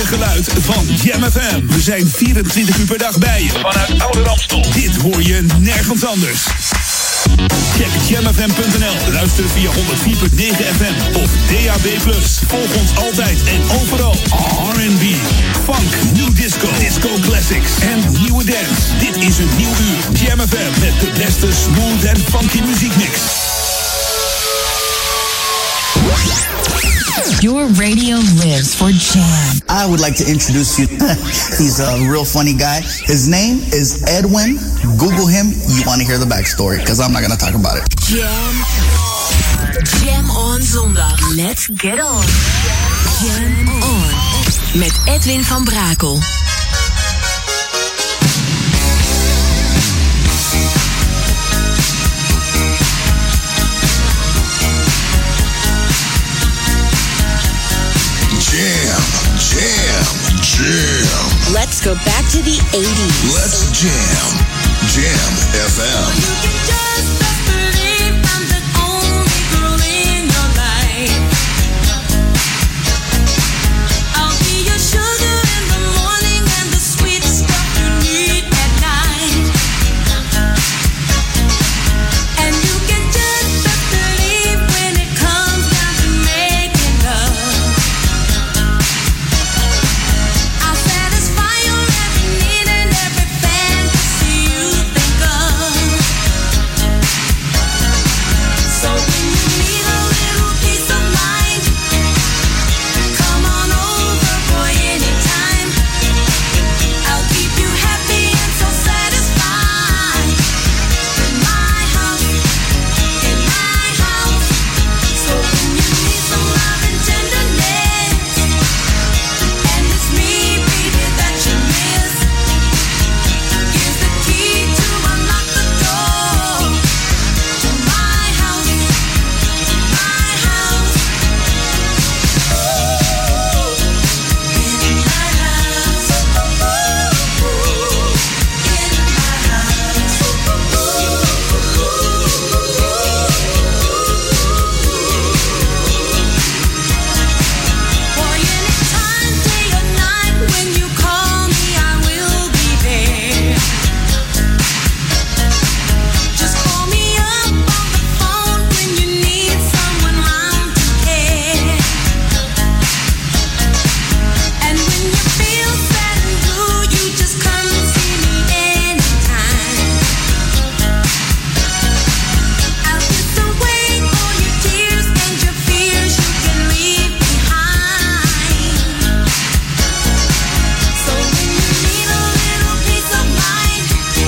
geluid van Jam FM. We zijn 24 uur per dag bij je vanuit Oude Ramstel. Dit hoor je nergens anders. Check jamfm.nl. Luister via 104.9 FM of DAB+. Volg ons altijd en overal. R&B, funk, new disco, disco classics en nieuwe dance. Dit is een nieuw uur. Jam FM met de beste smooth en funky muziekmix. Your radio lives for Jam. I would like to introduce you. He's a real funny guy. His name is Edwin. Google him. You want to hear the backstory, because I'm not going to talk about it. Jam on zondag. Let's get on. Jam on. Met Edwin van Brakel. Jam. Let's go back to the 80s. Let's jam. Jam FM. You can just best believe I'm the only girl in your life. I'll be your sugar in the morning and the sweet stuff you need at night. And you can just best believe when it comes down to making love, I'll satisfy your every need and every fantasy you think of. So when you need a little peace of mind, come on over, boy, anytime. I'll keep you happy and so satisfied. In my house, in my house. So when you need some love and tenderness, and it's me, baby, that you miss, here's the key to unlock the door to my house, my house. In my house, boy, anytime, day or night, when you call me, I will be there. Just call me up on the phone when you need someone round to care. And when you feel sad and blue, you just come see me anytime. I'll kiss away all your tears and your fears you can leave behind. So when you need a little peace of mind,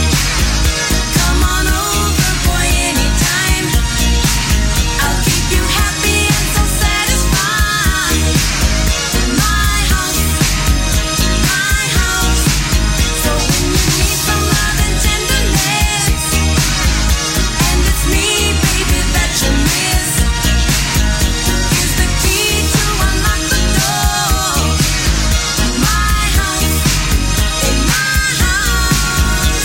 come on over, boy, anytime. I'll keep you happy and so satisfied. In my house, my house. So when you need some love and tenderness, and it's me, baby, that you miss, here's the key to unlock the door to my house, in my house.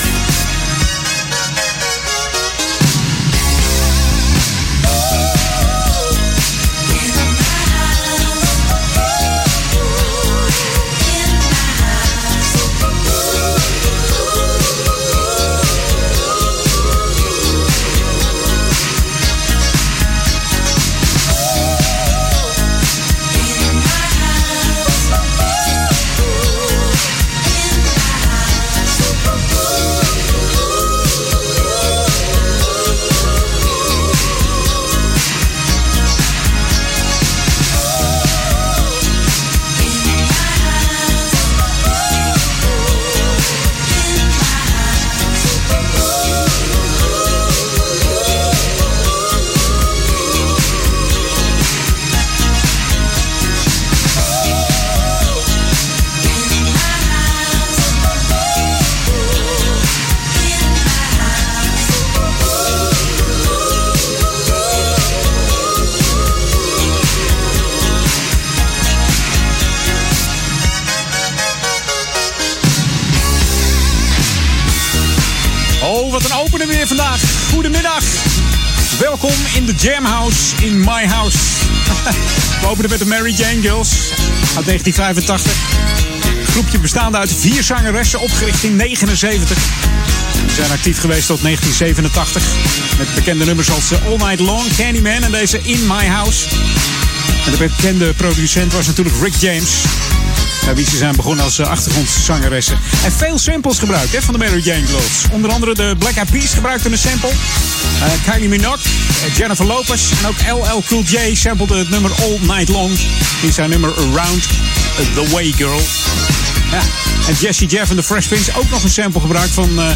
Oh, wat een opener weer vandaag. Goedemiddag. Welkom in de Jam House, in my house. We openen met de Mary Jane Girls uit 1985. Een groepje bestaande uit 4 zangeressen, opgericht in 1979. Ze zijn actief geweest tot 1987. Met bekende nummers als All Night Long, Candyman en deze In My House. En de bekende producent was natuurlijk Rick James. Bij wie ze zijn begonnen als achtergrondzangeressen. En veel samples gebruikt van de Mary Jane Girls. Onder andere de Black Eyed Peas gebruikten een sample. Kylie Minogue, Jennifer Lopez en ook LL Cool J samplede het nummer All Night Long in zijn nummer Around the Way Girl. Ja. En Jesse Jeff en de Fresh Prince ook nog een sample gebruikt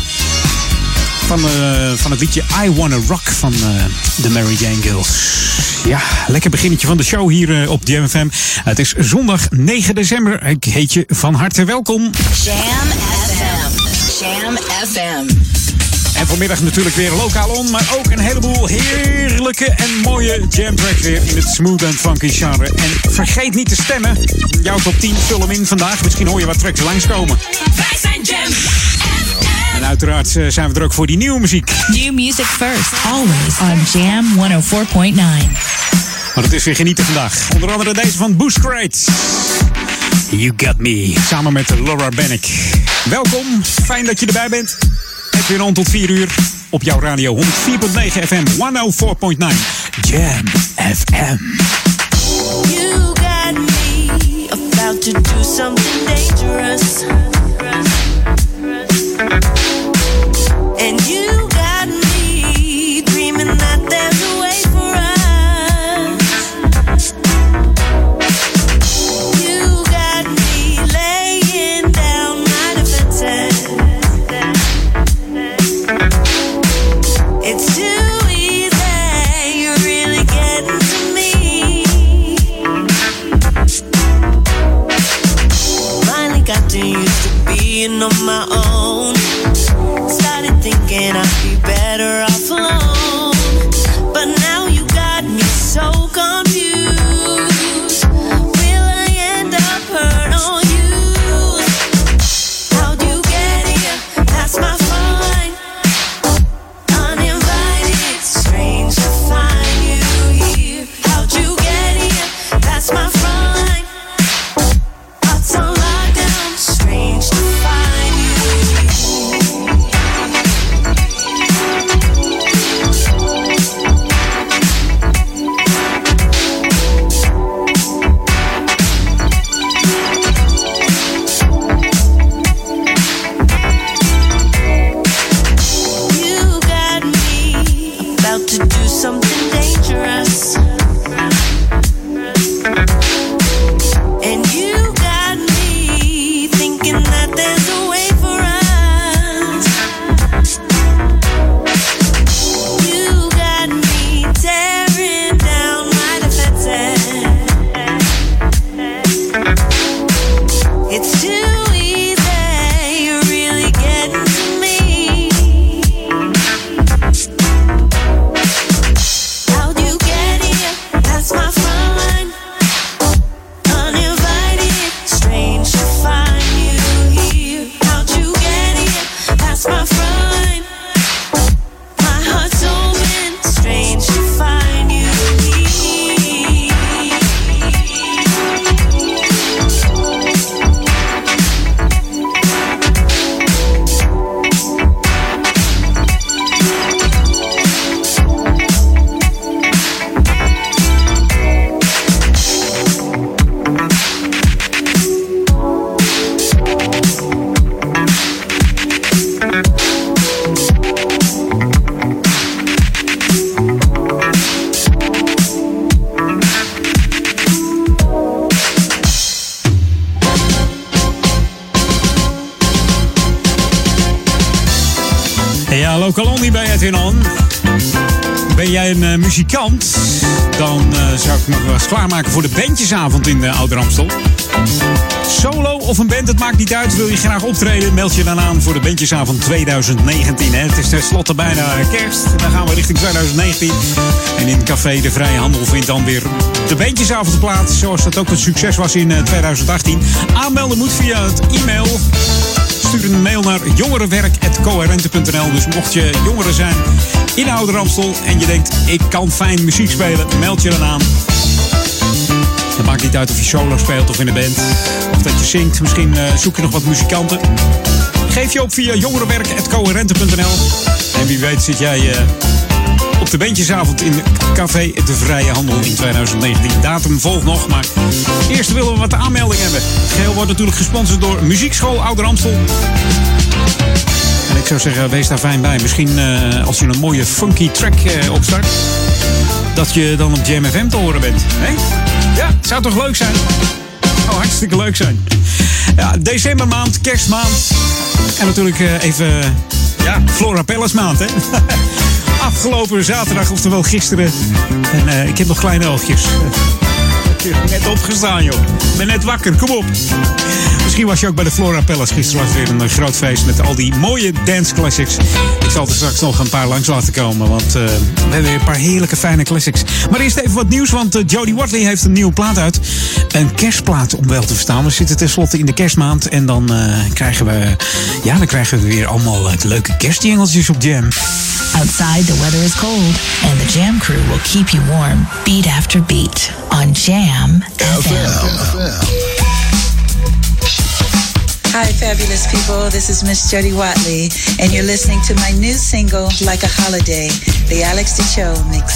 van het liedje I Wanna Rock van de Mary Jane Girls. Ja, lekker beginnetje van de show hier op Jam FM. Het is zondag 9 december. Ik heet je van harte welkom. Jam FM. Jam FM. En vanmiddag natuurlijk weer lokaal on, maar ook een heleboel heerlijke en mooie jam tracks weer in het smooth and funky genre. En vergeet niet te stemmen. Jouw top 10 vul hem in vandaag. Misschien hoor je wat tracks langskomen. Wij zijn Jam. En uiteraard zijn we er ook voor die nieuwe muziek. New music first, always on Jam 104.9. Maar het is weer genieten vandaag. Onder andere deze van Boost Crate. You Got Me. Samen met Laura Bennick. Welkom, fijn dat je erbij bent. Het weer rond tot 4 uur op jouw radio 104.9 FM 104.9 Jam FM. You got me about to do something dangerous. And you got me dreaming that there's a way for us. You got me laying down my defenses. It's too easy, you're really getting to me. Finally got too used to being on my own. Started thinking I'd be better off alone. But now you got me so confused. Will I end up hurt on you? How'd you get here? That's my fine. Uninvited, strange to find you here. How'd you get here? That's my fine. Heart's on lockdown, strange to find you. You got me about to do something dangerous. And you got me thinking that there's a way for us. You got me tearing down my defenses. It's too easy, you're really getting to me. How'd you get here? That's my fine. Uninvited, strange to find you here. How'd you get here? That's my fine. My heart's open, strange to find you here. Ja, local only bij Edwin On. Ben jij een muzikant? Dan zou ik me wel eens klaarmaken voor de bandjesavond in Ouder Amstel. Solo of een band, het maakt niet uit. Wil je graag optreden, meld je dan aan voor de bandjesavond 2019. Hè. Het is tenslotte bijna kerst. Dan gaan we richting 2019. En in Café de Vrije Handel vindt dan weer de bandjesavond plaats. Zoals dat ook een succes was in 2018. Aanmelden moet via het e-mail. Stuur een mail naar jongerenwerk@coherente.nl. Dus mocht je jongeren zijn in Oude Ramstel en je denkt, ik kan fijn muziek spelen, meld je dan aan. Het maakt niet uit of je solo speelt of in een band, of dat je zingt. Misschien zoek je nog wat muzikanten. Geef je op via jongerenwerk@coherente.nl. En wie weet zit jij op de bandjesavond in Café De Vrije Handel in 2019. Datum volgt nog, maar eerst willen we wat aanmeldingen hebben. Het geheel wordt natuurlijk gesponsord door Muziekschool Oude Ramstel. En ik zou zeggen, wees daar fijn bij. Misschien als je een mooie funky track opstart, dat je dan op Jam FM te horen bent. Hè? Ja, zou toch leuk zijn? Zou hartstikke leuk zijn. Ja, decembermaand, kerstmaand. En natuurlijk even, Flora Palace maand, hè? Afgelopen zaterdag, oftewel gisteren. En ik heb nog kleine oogjes. Ik ben net opgestaan, joh. Ik ben net wakker, kom op. Misschien was je ook bij de Flora Palace. Gisteren was weer een groot feest met al die mooie dance classics. Ik zal er straks nog een paar langs laten komen, want we hebben weer een paar heerlijke fijne classics. Maar eerst even wat nieuws, want Jody Watley heeft een nieuwe plaat uit. Een kerstplaat, om wel te verstaan. We zitten tenslotte in de kerstmaand en dan krijgen we weer allemaal leuke kerstjingeltjes op Jam. Outside, the weather is cold, and the Jam crew will keep you warm, beat after beat, on Jam FM. Hi, fabulous people. This is Miss Jody Watley, and you're listening to my new single, Like a Holiday, the Alex D. Show mix.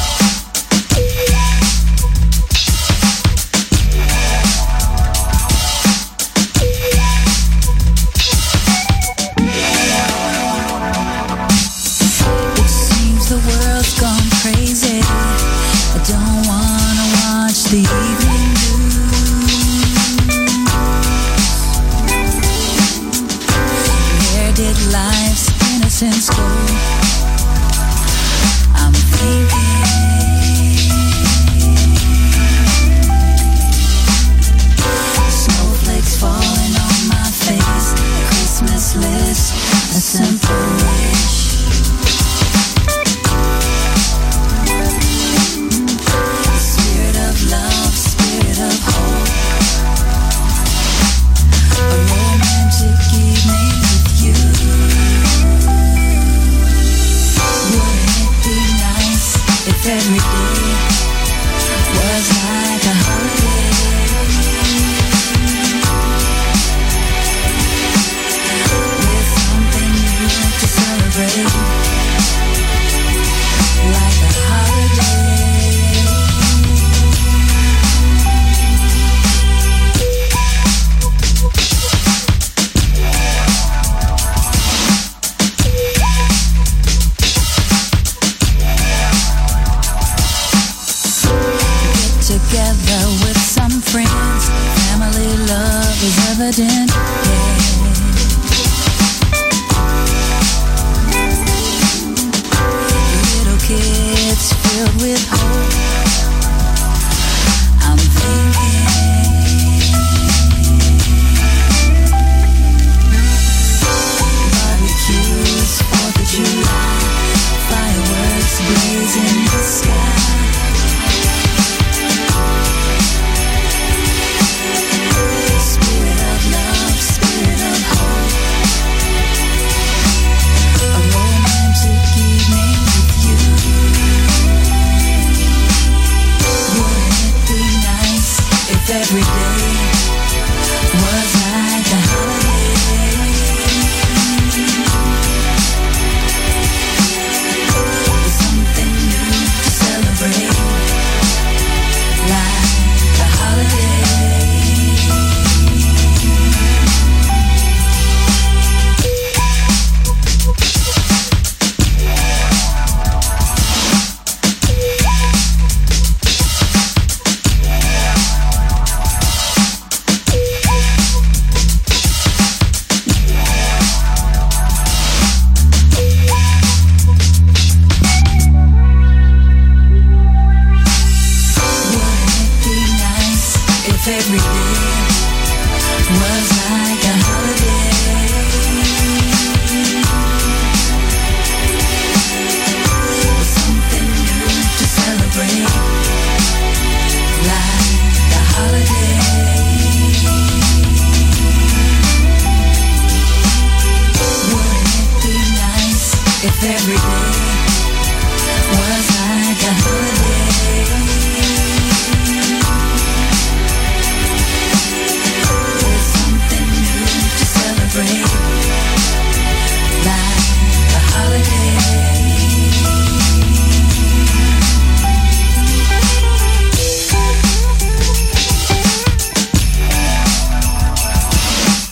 The world's gone crazy. I don't wanna watch the evening news. Where did life's innocence go? I'm thinking snowflakes falling on my face. A Christmas list, a simple wish. Love, spirit of hope, a romantic evening with you. Wouldn't it be nice if every day was like a holiday? With something new to celebrate, like a holiday. Together with some friends, family love is evident. Little kids filled with hope. I'm thinking barbecues, 4th of July, fireworks blazing in the sky. Every day was like a holiday. With something new to celebrate, like a holiday. Every day was like a holiday. With something new to celebrate, like a holiday. Wouldn't it be nice if every day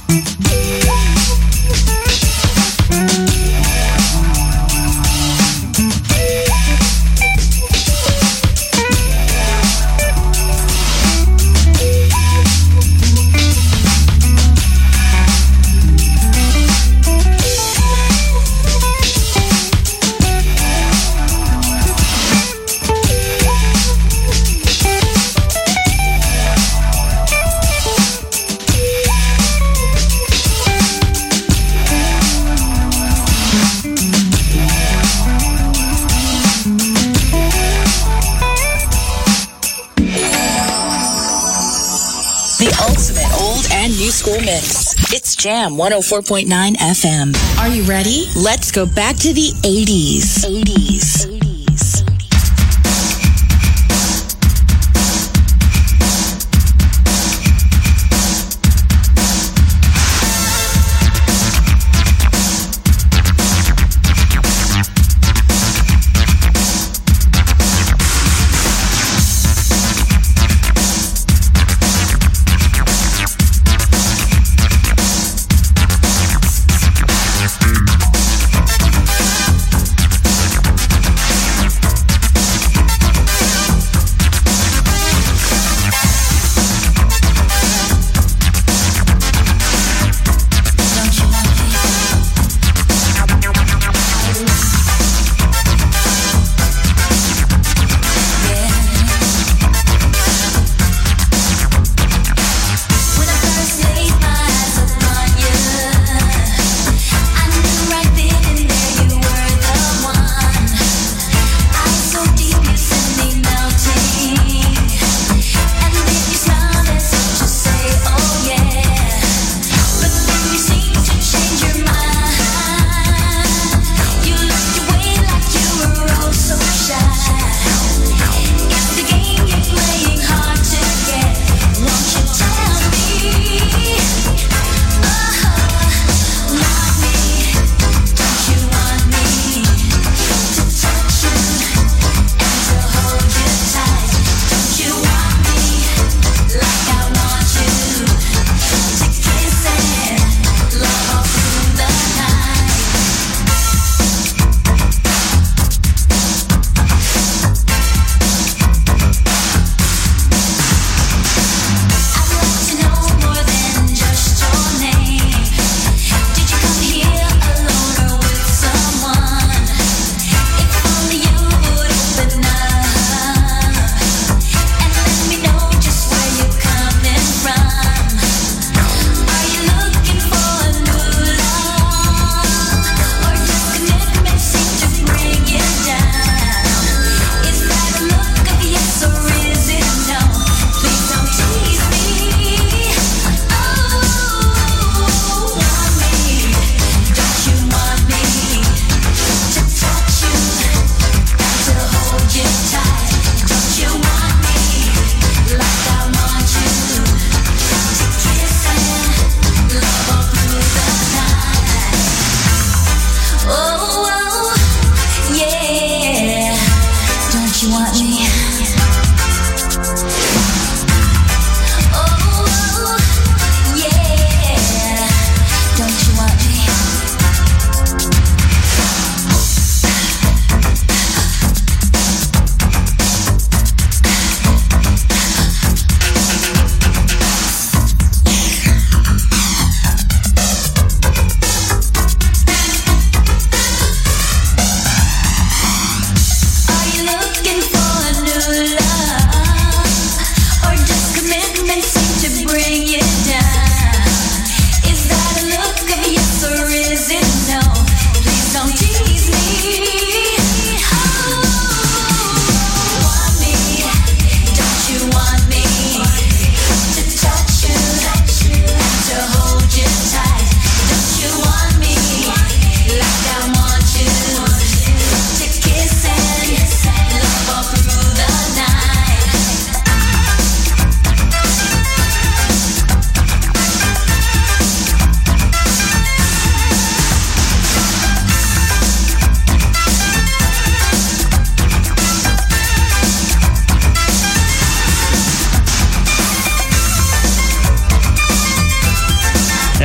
School Mix. It's Jam 104.9 FM. Are you ready? Let's go back to the 80s. 80s.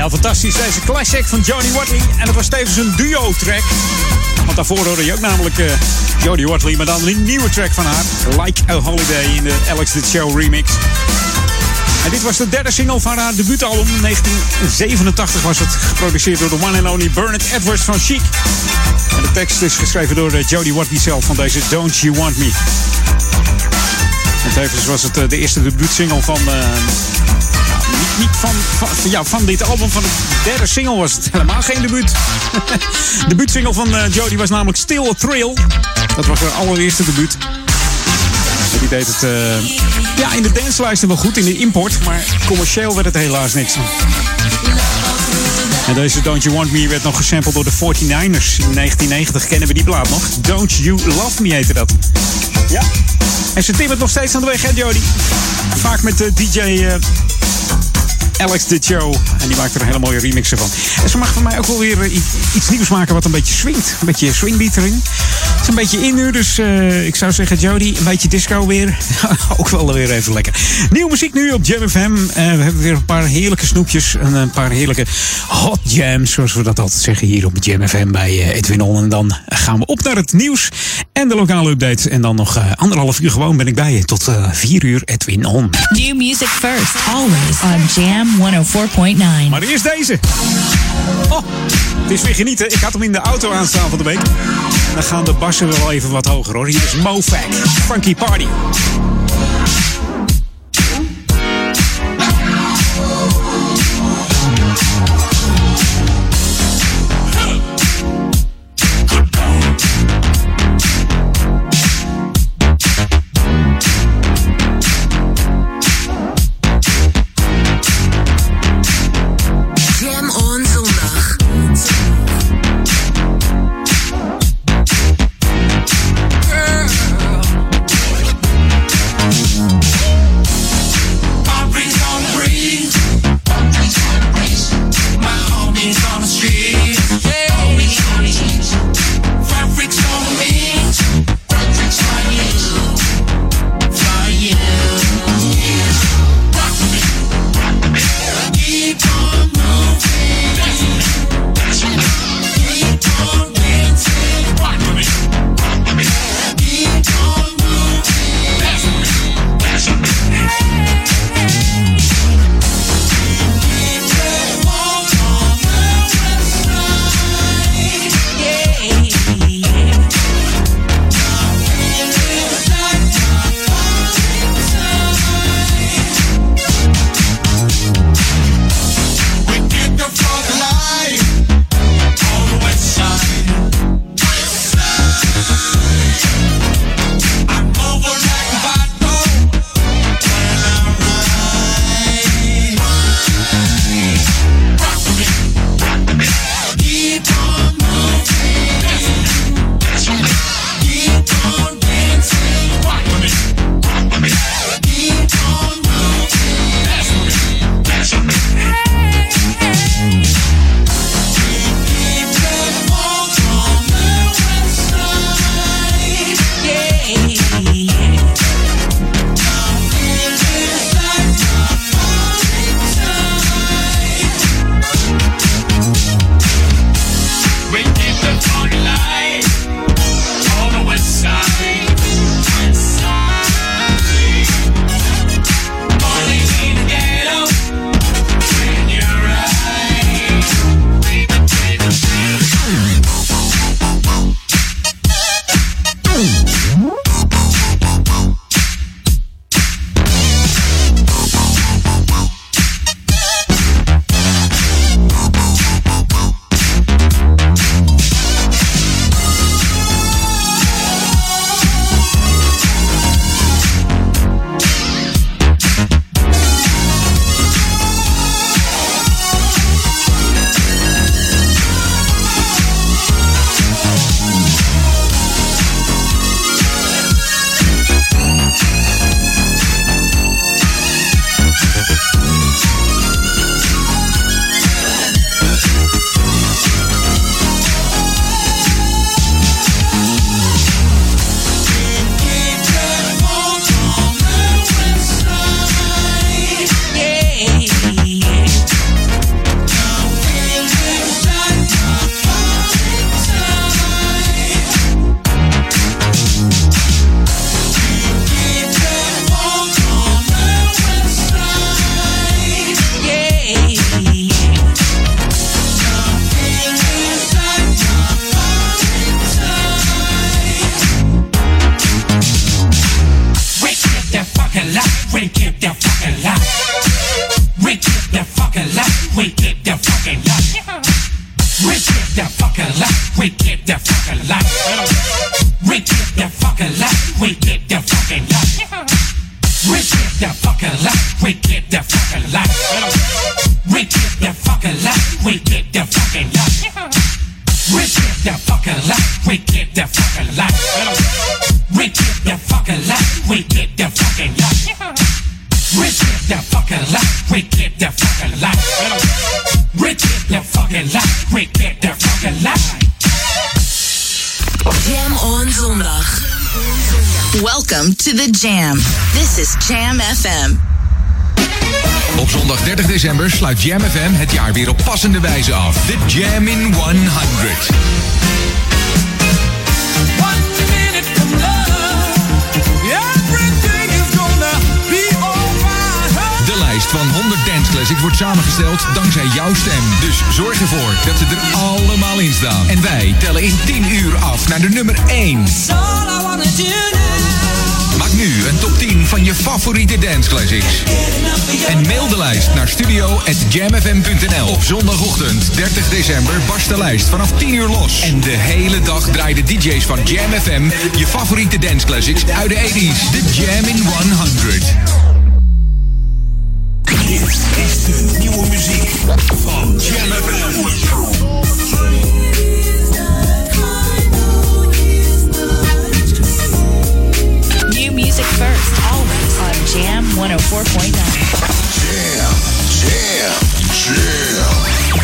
Ja, fantastisch. Deze classic van Jody Watley. En dat was tevens een duo-track. Want daarvoor hoorde je ook namelijk Jody Watley, maar dan een nieuwe track van haar. Like a Holiday in de Alex The Show remix. En dit was de derde single van haar debuutalbum. In 1987 was het geproduceerd door de one and only Bernard Edwards van Chic. En de tekst is geschreven door Jody Watley zelf van deze Don't You Want Me. En tevens was het de eerste debuutsingle van... van dit album, van de derde single was het helemaal geen debuut. De debuutsingle van Jody was namelijk Still a Thrill. Dat was haar allereerste debuut. En die deed het in de danslijsten wel goed, in de import. Maar commercieel werd het helaas niks. En deze Don't You Want Me werd nog gesampled door de 49ers. In 1990 kennen we die plaat nog. Don't You Love Me heette dat. Ja. En ze timmert nog steeds aan de weg, hè Jody? Vaak met DJ... Alex The Show. En die maakt er een hele mooie remix van. En ze mag van mij ook wel weer iets nieuws maken wat een beetje swingt. Een beetje swingbeat erin. Het is een beetje in nu, dus ik zou zeggen Jody, een beetje disco weer. Ook wel weer even lekker. Nieuwe muziek nu op Jam FM. We hebben weer een paar heerlijke snoepjes. En een paar heerlijke hot jams, zoals we dat altijd zeggen hier op Jam FM bij Edwin On. En dan gaan we op naar het nieuws en de lokale updates. En dan nog 1,5 uur gewoon ben ik bij je. Tot 4 uur Edwin On. New music first, always on Jam 104.9. Maar eerst deze. Oh, het is weer genieten. Ik had hem in de auto aanstaan van de week. En dan gaan de bassen wel even wat hoger hoor. Hier is Mofac, Funky Party. we get the fucking light. We get the fucking light. We get the fucking light. We get the fucking light. We get the fucking light. We get the fucking light. We get the fucking light. We get the fucking light. We get the fucking light. Jam on zondag. Welcome to the Jam. This is Jam FM. Op zondag 30 december sluit Jam FM het jaar weer op passende wijze af. The Jam in 100. De lijst van 100 dance classics wordt samengesteld dankzij jouw stem. Dus zorg ervoor dat ze er allemaal in staan. En wij tellen in 10 uur af naar de nummer 1. Maak nu een top 10 van je favoriete dance classics. En mail de lijst naar studio@jamfm.nl. Op zondagochtend 30 december barst de lijst vanaf 10 uur los. En de hele dag draaien de DJ's van Jam FM je favoriete dance classics uit de 80s. The Jam in 100. Dit is de nieuwe muziek van Jam FM. New music first, always on Jam 104.9. Jam, jam, jam.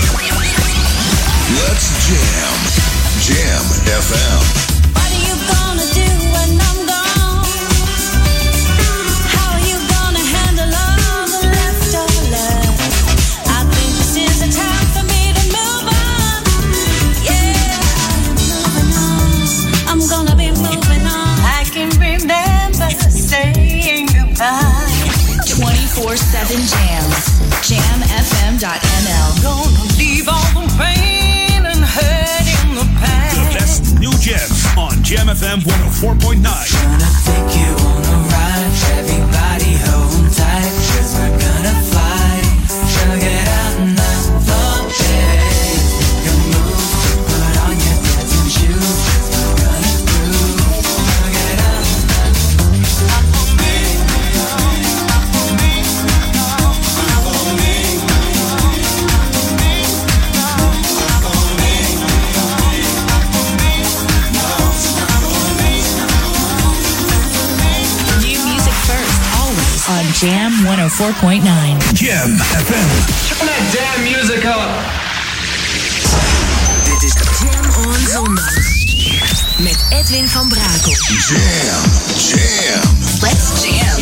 Let's jam. Jam FM. What are you gonna do when I'm gone? How are you gonna handle all the leftovers? I think this is a time for me to move on. Yeah, I'm moving on. I'm gonna be moving on. I can remember saying goodbye. 24/7 jams. JamFM.nl. Gonna leave all the pain and hurt in the past. The best new jams on Jam FM 104.9. Gonna take you on a ride. Everybody hold tight, 'cause we're gonna fly. Gonna get out and out the bed. Gonna move, put on your dancing shoes. 'Cause we're gonna groove. Gonna get out and out. New music first, always on Jam 104.9. Jam FM. Turn that damn music up. Dit is Jam on zondag. Met Edwin van Brakel. Jam, jam. Let's jam.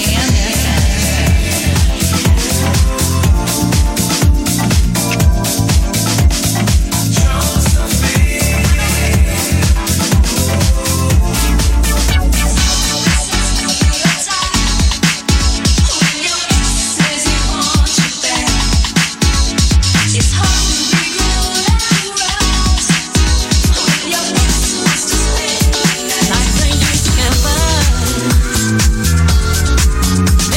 Like they used to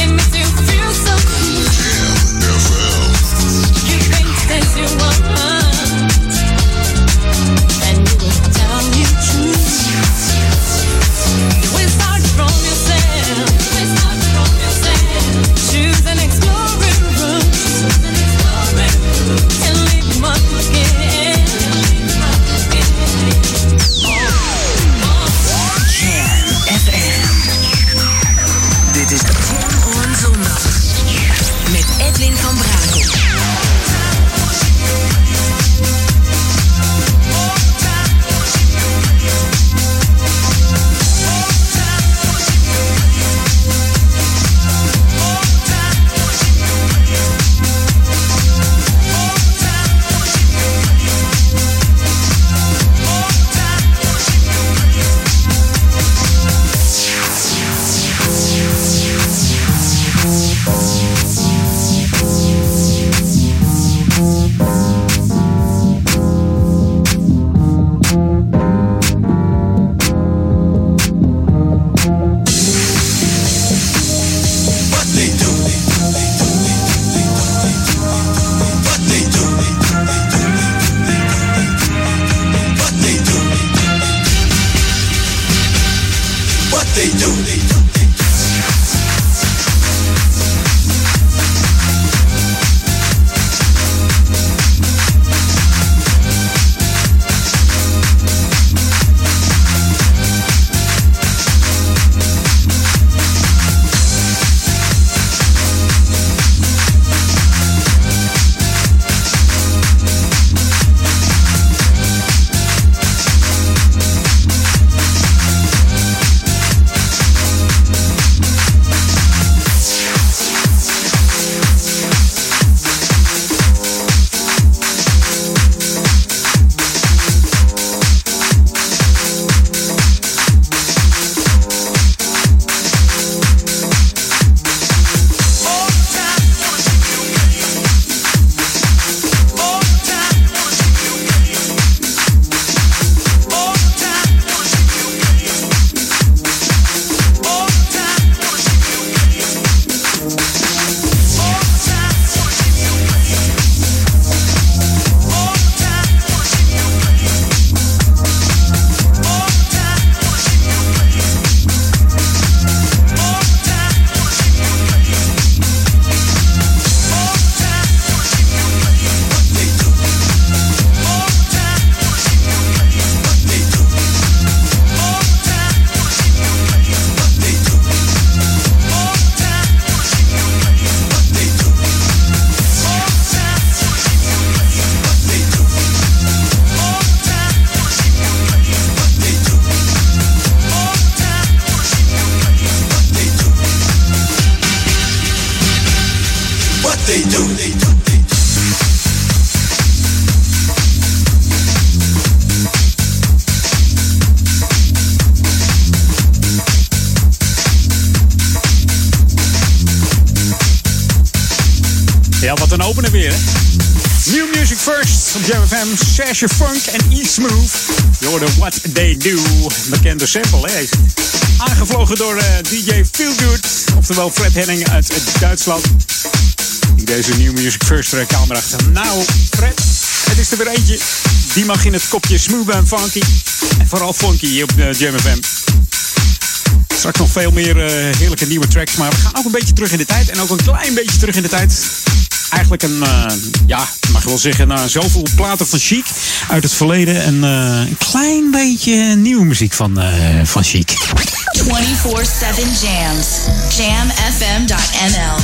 beginnen weer, hè. New Music First op Jam FM. Sasha Funk en E-Smooth. Je hoorde What They Do. Bekende sample, hè. Aangevlogen door DJ Feelgood. Oftewel Fred Henning uit Duitsland. Die deze New Music First aanbracht. Nou, Fred, het is er weer eentje. Die mag in het kopje smooth en funky. En vooral funky hier op Jam FM. Straks nog veel meer heerlijke nieuwe tracks. Maar we gaan ook een beetje terug in de tijd. En ook een klein beetje terug in de tijd. Eigenlijk een, mag je wel zeggen, zoveel platen van Chic uit het verleden. En een klein beetje nieuwe muziek van Chic. 24/7 Jams. JamFM.nl.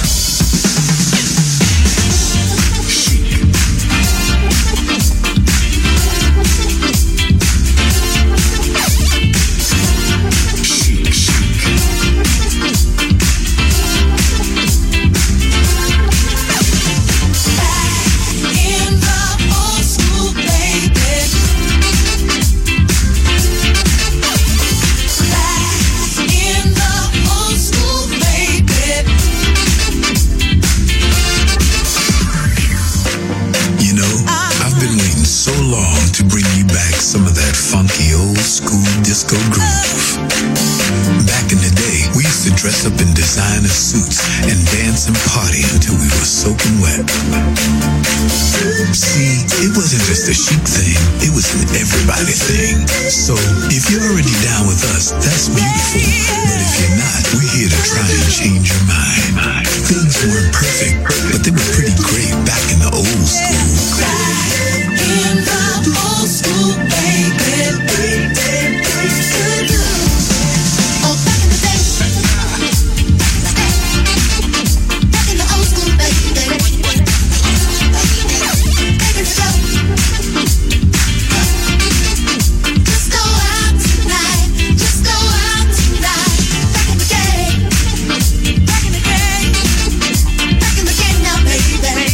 Some of that funky old school disco groove. Back in the day, we used to dress up in designer suits and dance and party until we were soaking wet. See, it wasn't just a Chic thing, it was an everybody thing. So, if you're already down with us, that's beautiful. But if you're not, we're here to try and change your mind. Things weren't perfect, but they were pretty great back in the old school. In the old school, baby. Oh, back in the day. Back in the old school, baby. Baby, let's go. Just go out tonight. Just go out tonight. Back in the day. Back in the day. Back in the game now, baby.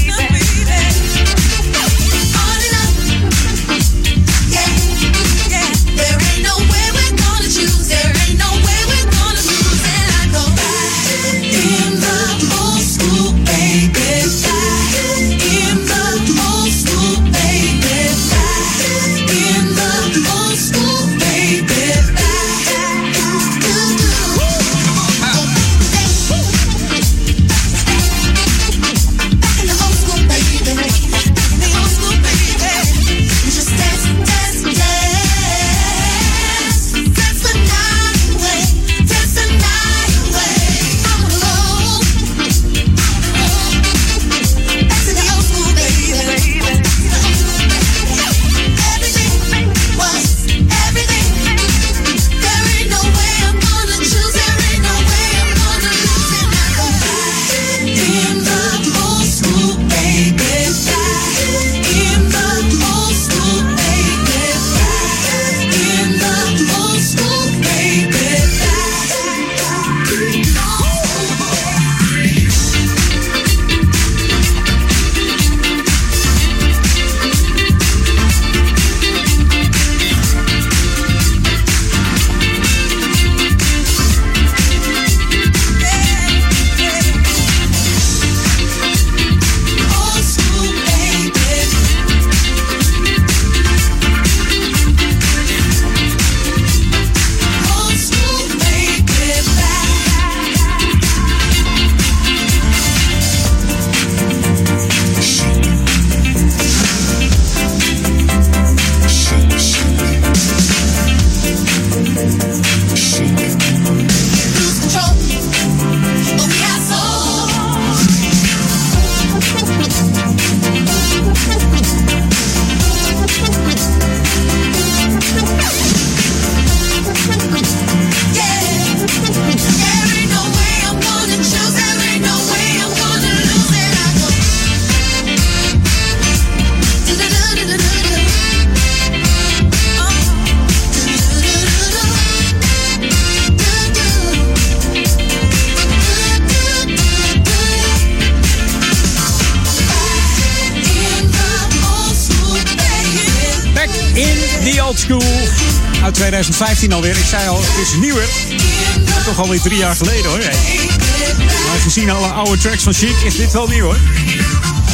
Old School uit 2015 alweer. Ik zei al, het is nieuwer. Maar toch alweer 3 jaar geleden hoor. Maar gezien alle oude tracks van Chic is dit wel nieuw hoor.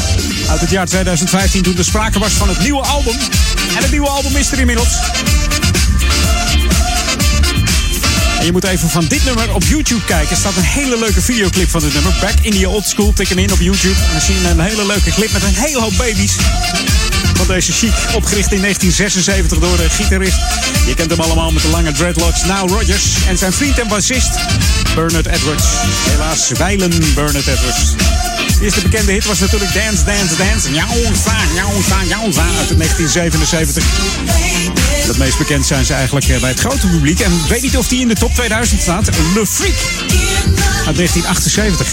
Uit het jaar 2015, toen er sprake was van het nieuwe album. En het nieuwe album is er inmiddels. En je moet even van dit nummer op YouTube kijken. Er staat een hele leuke videoclip van dit nummer. Back in the Old School. Tik hem in op YouTube. En dan zie je een hele leuke clip met een hele hoop baby's. Van deze Chic, opgericht in 1976 door de gitarist. Je kent hem allemaal met de lange dreadlocks, Nile Rodgers. En zijn vriend en bassist, Bernard Edwards. Helaas wijlen Bernard Edwards. De eerste bekende hit was natuurlijk Dance, Dance, Dance. Uit 1977. Het meest bekend zijn ze eigenlijk bij het grote publiek. En ik weet niet of die in de top 2000 staat. Le Freak uit 1978.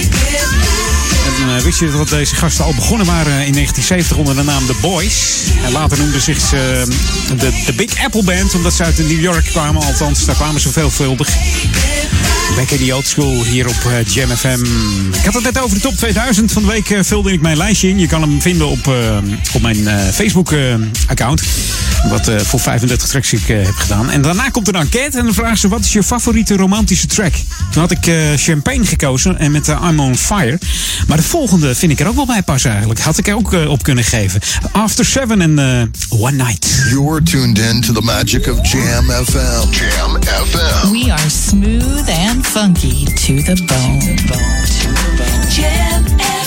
En wist je dat deze gasten al begonnen waren in 1970 onder de naam The Boys. En later noemden zich de Big Apple Band, omdat ze uit New York kwamen. Althans, daar kwamen ze veelvuldig. Back in the Old School hier op Jam FM. Ik had het net over de top 2000. Van de week vulde ik mijn lijstje in. Je kan hem vinden op mijn Facebook-account. Wat voor 35 tracks ik heb gedaan. En daarna komt een enquête en dan vragen ze: wat is je favoriete romantische track? Toen had ik Champagne gekozen en met I'm on Fire. Maar de volgende vind ik er ook wel bij passen eigenlijk. Had ik er ook op kunnen geven. After 7 en One Night. You're tuned in to the magic of Jam FM. Jam FM. We are smooth and funky to the bone. Jam FM.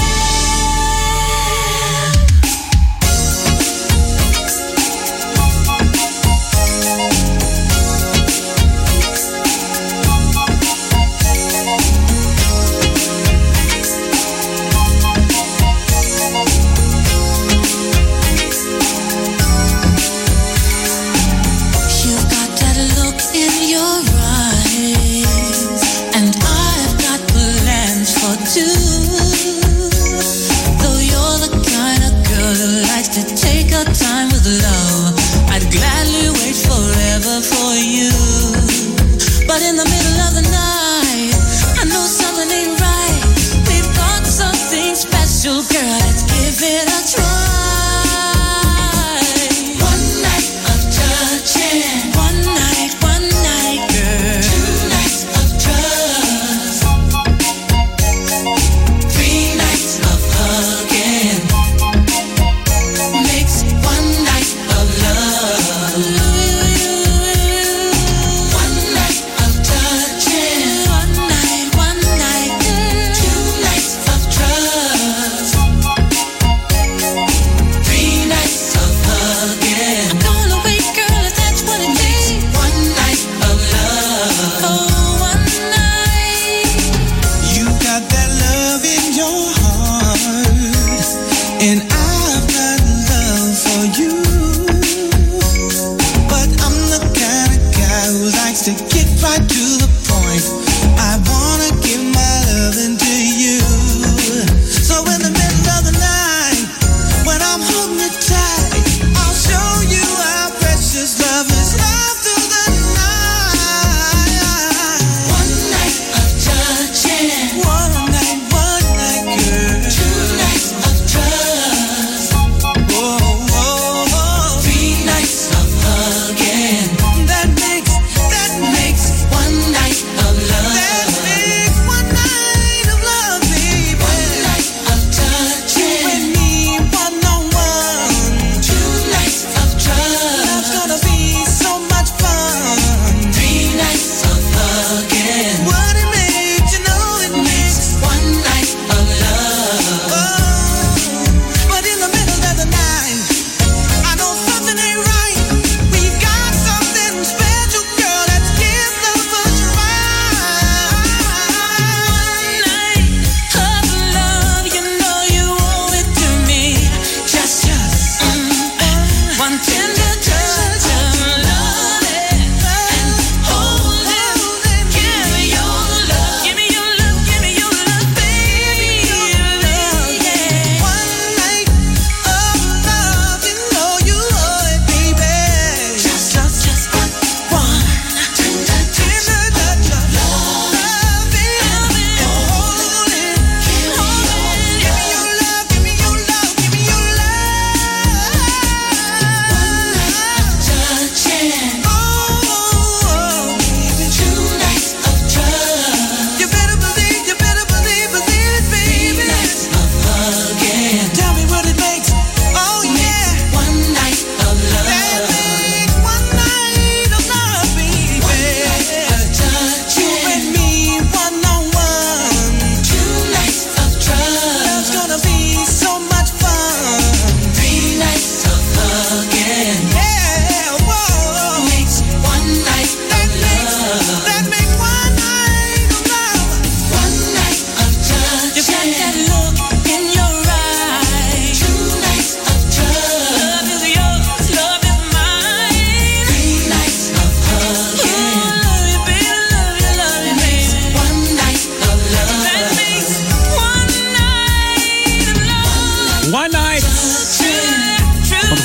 You've got that look in your eyes, and I've got plans for two. Though you're the kind of girl who likes to take her time with love, I'd gladly wait forever for you. But in the middle of the night, I know something ain't right. We've got something special, girl. Let's give it a try. One night of touching, one night, girl. 2 nights of trust, 3 nights of hugging, makes 1 night of love. 1 night of touching, 1 night, 2 nights of trust,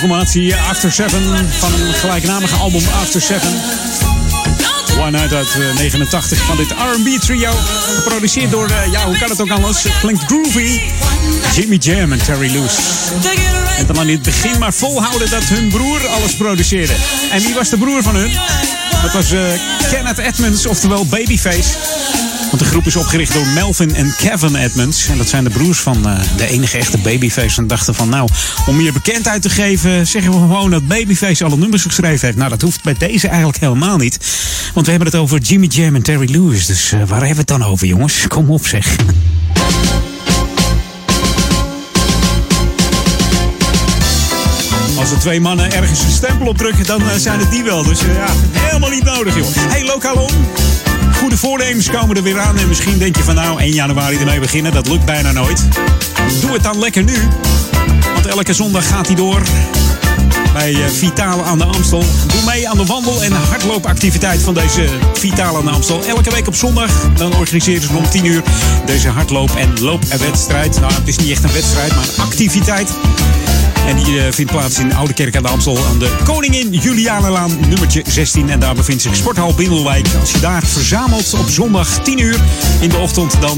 formatie After Seven van een gelijknamige album After Seven. One Night uit 89 van dit R&B trio. Geproduceerd door, hoe kan het ook anders? Het klinkt groovy. Jimmy Jam en Terry Lewis. En dan aan het begin maar volhouden dat hun broer alles produceerde. En wie was de broer van hun? Dat was Kenneth Edmonds, oftewel Babyface. Want de groep is opgericht door Melvin en Kevin Edmonds. En dat zijn de broers van de enige echte Babyface. En dachten van, nou, om meer bekendheid te geven, zeggen we gewoon dat Babyface alle nummers geschreven heeft. Nou, dat hoeft bij deze eigenlijk helemaal niet. Want we hebben het over Jimmy Jam en Terry Lewis. Dus waar hebben we het dan over, jongens? Kom op, zeg. Als er twee mannen ergens een stempel op drukken, dan zijn het die wel. Dus helemaal niet nodig, joh. Hey, lokaal om. Goede voornemens komen er weer aan. En misschien denk je van 1 januari ermee beginnen. Dat lukt bijna nooit. Doe het dan lekker nu. Want elke zondag gaat hij door. Bij Vitale aan de Amstel. Doe mee aan de wandel- en hardloopactiviteit van deze Vitale aan de Amstel. Elke week op zondag. Dan organiseren ze om 10 uur deze hardloop- en loopwedstrijd. Nou, het is niet echt een wedstrijd, maar een activiteit. En die vindt plaats in Oude Kerk aan de Amstel aan de Koningin Julianalaan nummertje 16. En daar bevindt zich Sporthal Bindelwijk. Als je daar verzamelt op zondag 10 uur in de ochtend, dan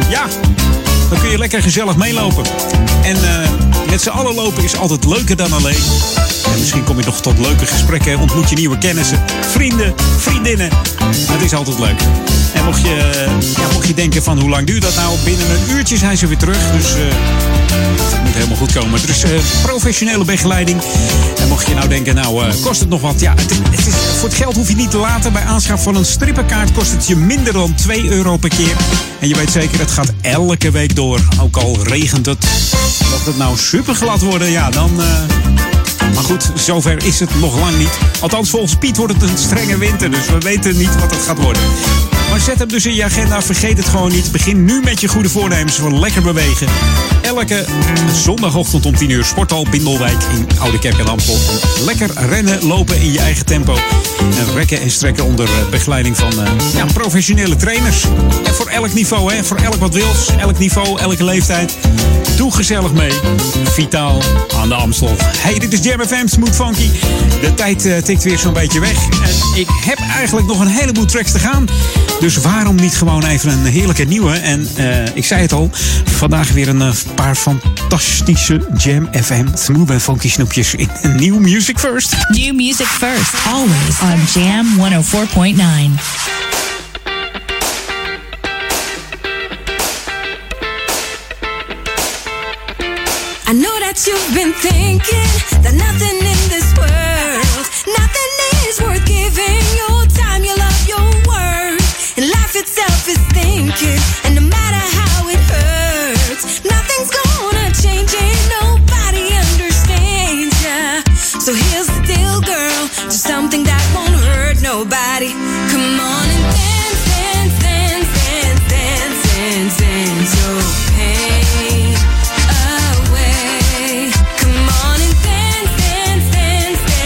kun je lekker gezellig meelopen. En met z'n allen lopen is altijd leuker dan alleen. En misschien kom je nog tot leuke gesprekken, ontmoet je nieuwe kennissen, vrienden, vriendinnen. Het is altijd leuk. En mocht je denken van hoe lang duurt dat nou? Binnen een uurtje zijn ze weer terug. Dus het moet helemaal goed komen. Er is professionele begeleiding. En mocht je nou denken, kost het nog wat? Ja, het is, voor het geld hoef je niet te laten. Bij aanschaf van een strippenkaart kost het je minder dan €2 per keer. En je weet zeker, het gaat elke week door. Ook al regent het. Mocht het nou super glad worden, dan... Maar goed, zover is het nog lang niet. Althans, volgens Piet wordt het een strenge winter. Dus we weten niet wat het gaat worden. Maar zet hem dus in je agenda. Vergeet het gewoon niet. Begin nu met je goede voornemens voor lekker bewegen. Elke zondagochtend om 10 uur. Sporthal Bindelwijk in Oude Kerk aan de Amstel. Lekker rennen, lopen in je eigen tempo. En rekken en strekken onder begeleiding van professionele trainers. En voor elk niveau, voor elk wat wils. Elk niveau, elke leeftijd. Doe gezellig mee. Vitaal aan de Amstel. Hey, dit is Jam FM, Smooth Funky. De tijd tikt weer zo'n beetje weg. En ik heb eigenlijk nog een heleboel tracks te gaan. Dus waarom niet gewoon even een heerlijke nieuwe? En ik zei het al, vandaag weer een paar fantastische Jam FM Smooth en Funky snoepjes in New Music First. New music first, always on Jam 104.9. I know that you've been thinking that nothing in this world, nothing is worth giving your time, your love, your word. And life itself is thinking, and no matter how it hurts, nothing's gonna change it, nobody understands ya. So here's the deal, girl, do something that won't hurt nobody. Come on and dance, dance, dance, dance, dance, dance, dance your pain away. Come on and dance, dance, dance, dance.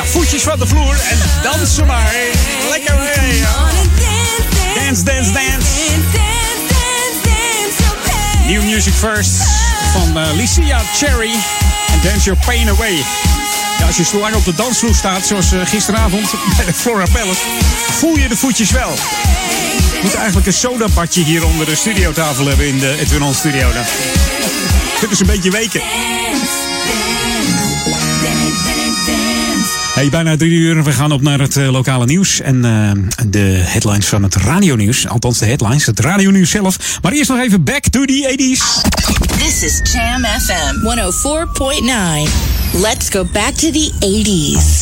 voetjes van de vloer en dansen maar. Lekker. Dance, dance, dance. New Music First van Licia Cherry en Dance Your Pain Away. Ja, als je zo lang op de dansvloer staat, zoals gisteravond bij de Flora Palace, voel je de voetjes wel. Je moet eigenlijk een sodabadje hier onder de studiotafel hebben in de Edwin On Studio. Dan kunnen ze een beetje weken. Hey, bijna 3 uur. We gaan op naar het lokale nieuws. En de headlines van het radionieuws. Althans, de headlines. Het radionieuws zelf. Maar eerst nog even back to the 80s. This is Jam FM 104.9. Let's go back to the 80s.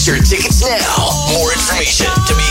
Purchase your tickets now. More information,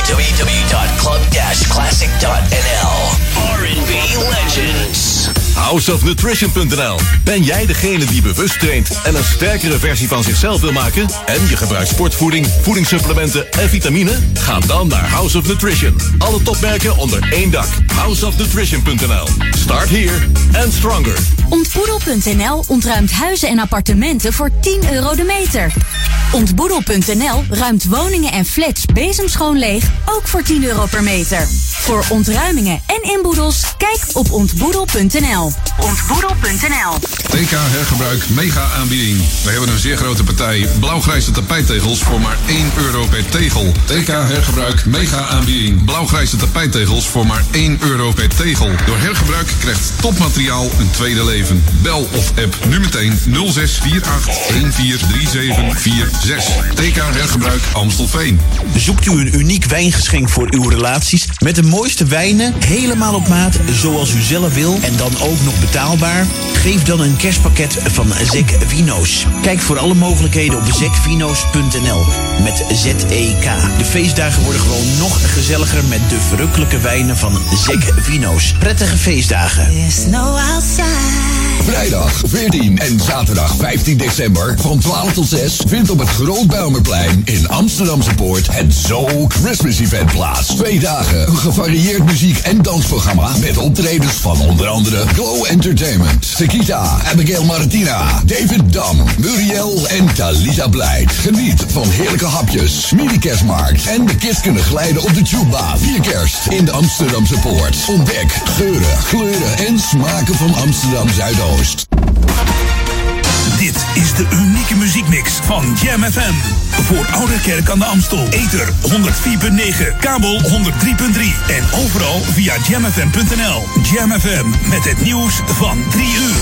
www.club-classic.nl. R&B Legends. Houseofnutrition.nl. Ben jij degene die bewust traint en een sterkere versie van zichzelf wil maken? En je gebruikt sportvoeding, voedingssupplementen en vitamine? Ga dan naar House of Nutrition. Alle topmerken onder één dak. Houseofnutrition.nl. Start here and stronger. Ontboedel.nl ontruimt huizen en appartementen voor €10 de meter. Ontboedel.nl ruimt woningen en flats bezemschoon leeg, ook voor €10 per meter. Voor ontruimingen en inboedels, kijk op ontboedel.nl. Ontboedel.nl. TK Hergebruik mega aanbieding. We hebben een zeer grote partij blauwgrijze tapijttegels voor maar €1 per tegel. TK Hergebruik mega aanbieding. Blauwgrijze tapijttegels voor maar €1 per tegel. Door hergebruik krijgt topmateriaal een tweede leven. Bel of app nu meteen 0648 143746. TK Hergebruik Amstelveen. Zoekt u een uniek wijngeschenk voor uw relaties met de mooiste wijnen, helemaal op maat, zoals u zelf wil en dan ook nog betaalbaar? Geef dan een kerstpakket van Zek Vino's. Kijk voor alle mogelijkheden op zekvino's.nl met ZEK. De feestdagen worden gewoon nog gezelliger met de verrukkelijke wijnen van Zek Vino's. Prettige feestdagen. Vrijdag 14 en zaterdag 15 december van 12 tot 6 vindt op het Grootbijlmerplein in Amsterdamse Poort het Zo Christmas Event plaats. 2 dagen, een gevarieerd muziek- en dansprogramma met optredens van onder andere Glow Entertainment, Sekita, Abigail Martina, David Dam, Muriel en Talisa Blijt. Geniet van heerlijke hapjes, mini-kerstmarkt en de kids kunnen glijden op de tubebaan. Vier kerst in de Amsterdamse Poort. Ontdek geuren, kleuren en smaken van Amsterdam Zuidoost. Dit is de unieke muziekmix van Jam FM. Voor Ouderkerk aan de Amstel. Ether 104.9, kabel 103.3 en overal via jamfm.nl. Jam FM met het nieuws van 3 uur.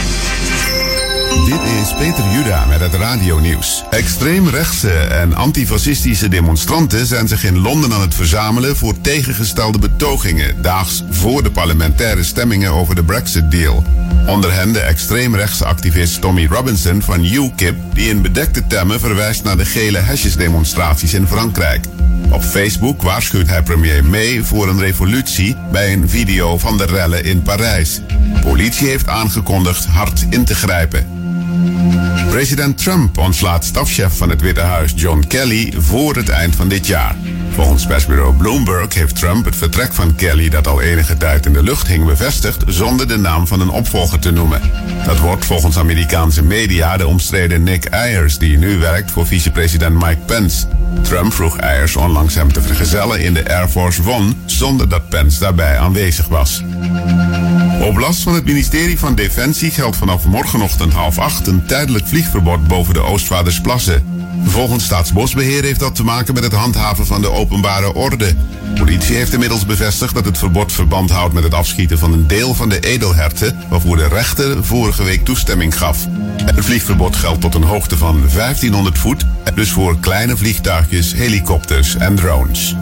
Dit is Peter Juda met het radionieuws. Extreemrechtse en antifascistische demonstranten zijn zich in Londen aan het verzamelen voor tegengestelde betogingen, daags voor de parlementaire stemmingen over de Brexit-deal. Onder hen de extreemrechtse activist Tommy Robinson van UKIP, die in bedekte termen verwijst naar de gele hesjesdemonstraties in Frankrijk. Op Facebook waarschuwt hij premier May voor een revolutie bij een video van de rellen in Parijs. Politie heeft aangekondigd hard in te grijpen. President Trump ontslaat stafchef van het Witte Huis John Kelly voor het eind van dit jaar. Volgens persbureau Bloomberg heeft Trump het vertrek van Kelly, dat al enige tijd in de lucht hing, bevestigd zonder de naam van een opvolger te noemen. Dat wordt volgens Amerikaanse media de omstreden Nick Ayers, die nu werkt voor vicepresident Mike Pence. Trump vroeg Ayers onlangs hem te vergezellen in de Air Force One, zonder dat Pence daarbij aanwezig was. Op last van het ministerie van Defensie geldt vanaf morgenochtend 7:30 een tijdelijk vliegverbod boven de Oostvaardersplassen. Volgens Staatsbosbeheer heeft dat te maken met het handhaven van de openbare orde. Politie heeft inmiddels bevestigd dat het verbod verband houdt met het afschieten van een deel van de edelherten, waarvoor de rechter vorige week toestemming gaf. Het vliegverbod geldt tot een hoogte van 1500 voet, dus voor kleine vliegtuigjes, helikopters en drones.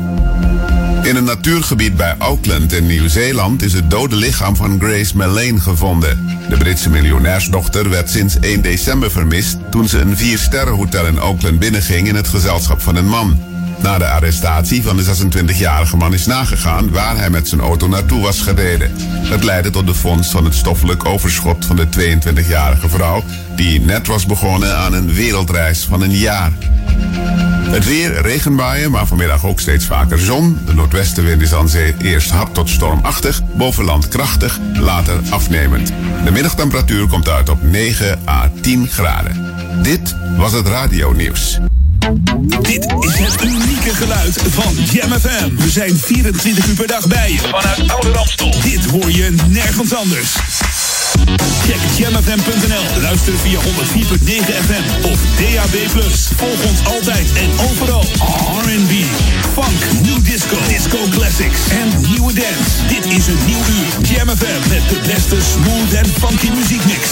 In een natuurgebied bij Auckland in Nieuw-Zeeland is het dode lichaam van Grace Mallane gevonden. De Britse miljonairsdochter werd sinds 1 december vermist toen ze een 4-sterrenhotel in Auckland binnenging in het gezelschap van een man. Na de arrestatie van de 26-jarige man is nagegaan waar hij met zijn auto naartoe was gereden. Dat leidde tot de vondst van het stoffelijk overschot van de 22-jarige vrouw, die net was begonnen aan een wereldreis van een jaar. Het weer, regenbuien, maar vanmiddag ook steeds vaker zon. De noordwestenwind is aan zee eerst hard tot stormachtig, boven land krachtig, later afnemend. De middagtemperatuur komt uit op 9 à 10 graden. Dit was het radionieuws. Dit is het unieke geluid van Jam FM. We zijn 24 uur per dag bij je vanuit Oude Ramstel. Dit hoor je nergens anders. Check jamfm.nl. Luister via 104.9 FM of DAB+. Volg ons altijd en overal. R&B, funk, new disco, disco classics en nieuwe dance. Dit is een nieuw uur. Jam FM met de beste smooth en funky muziekmix.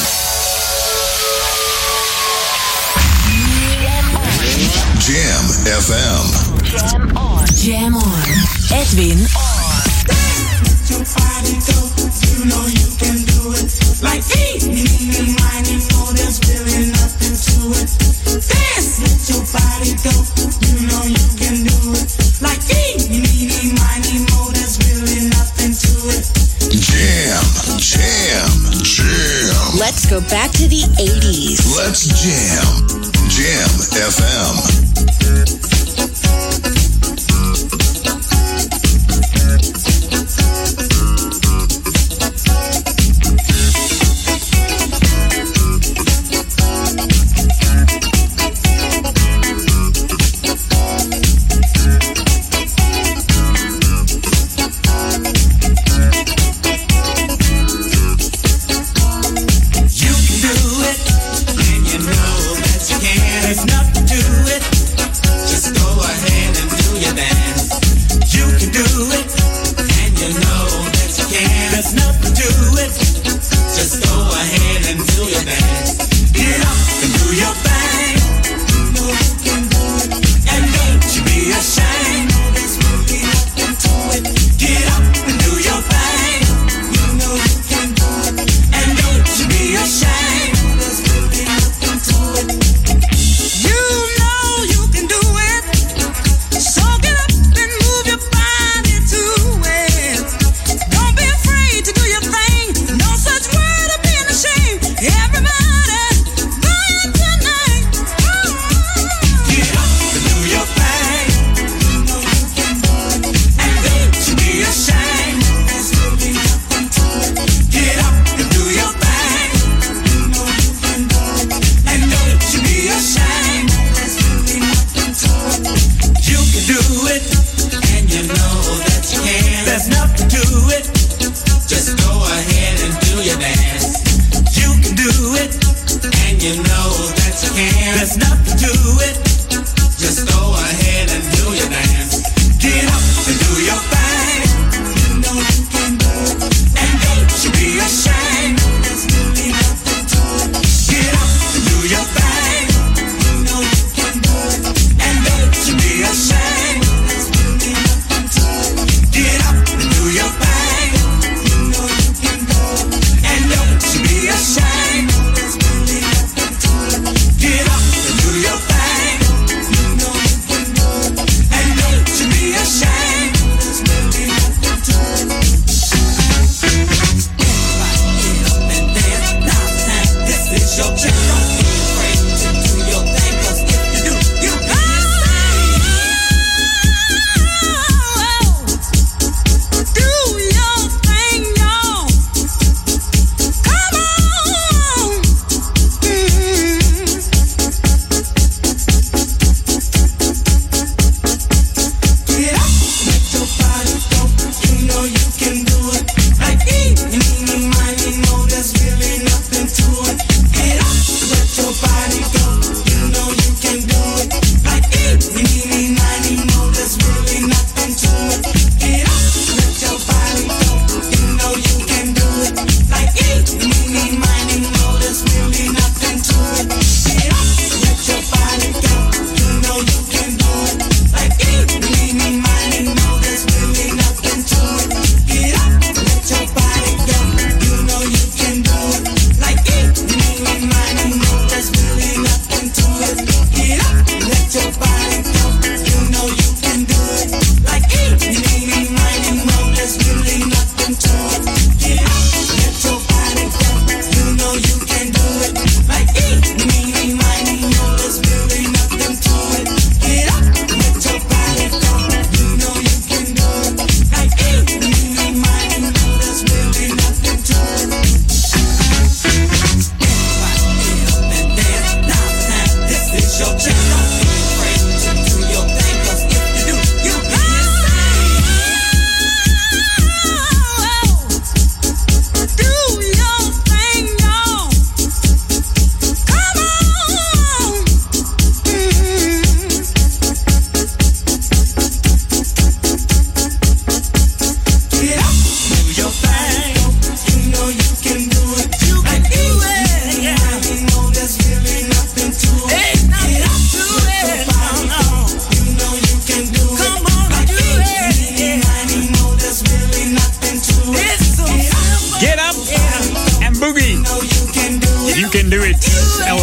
Jam FM. Jam on. Jam on. Edwin on. Your body go, you know you can do it. Like eeny, meeny, miny, mo, there's really nothing to it. Dance, let your body go. You know you can do it. Like eeny, meeny, miny, mo, there's really nothing to it. Jam, jam, jam. Let's go back to the 80s. Let's jam. Jam FM.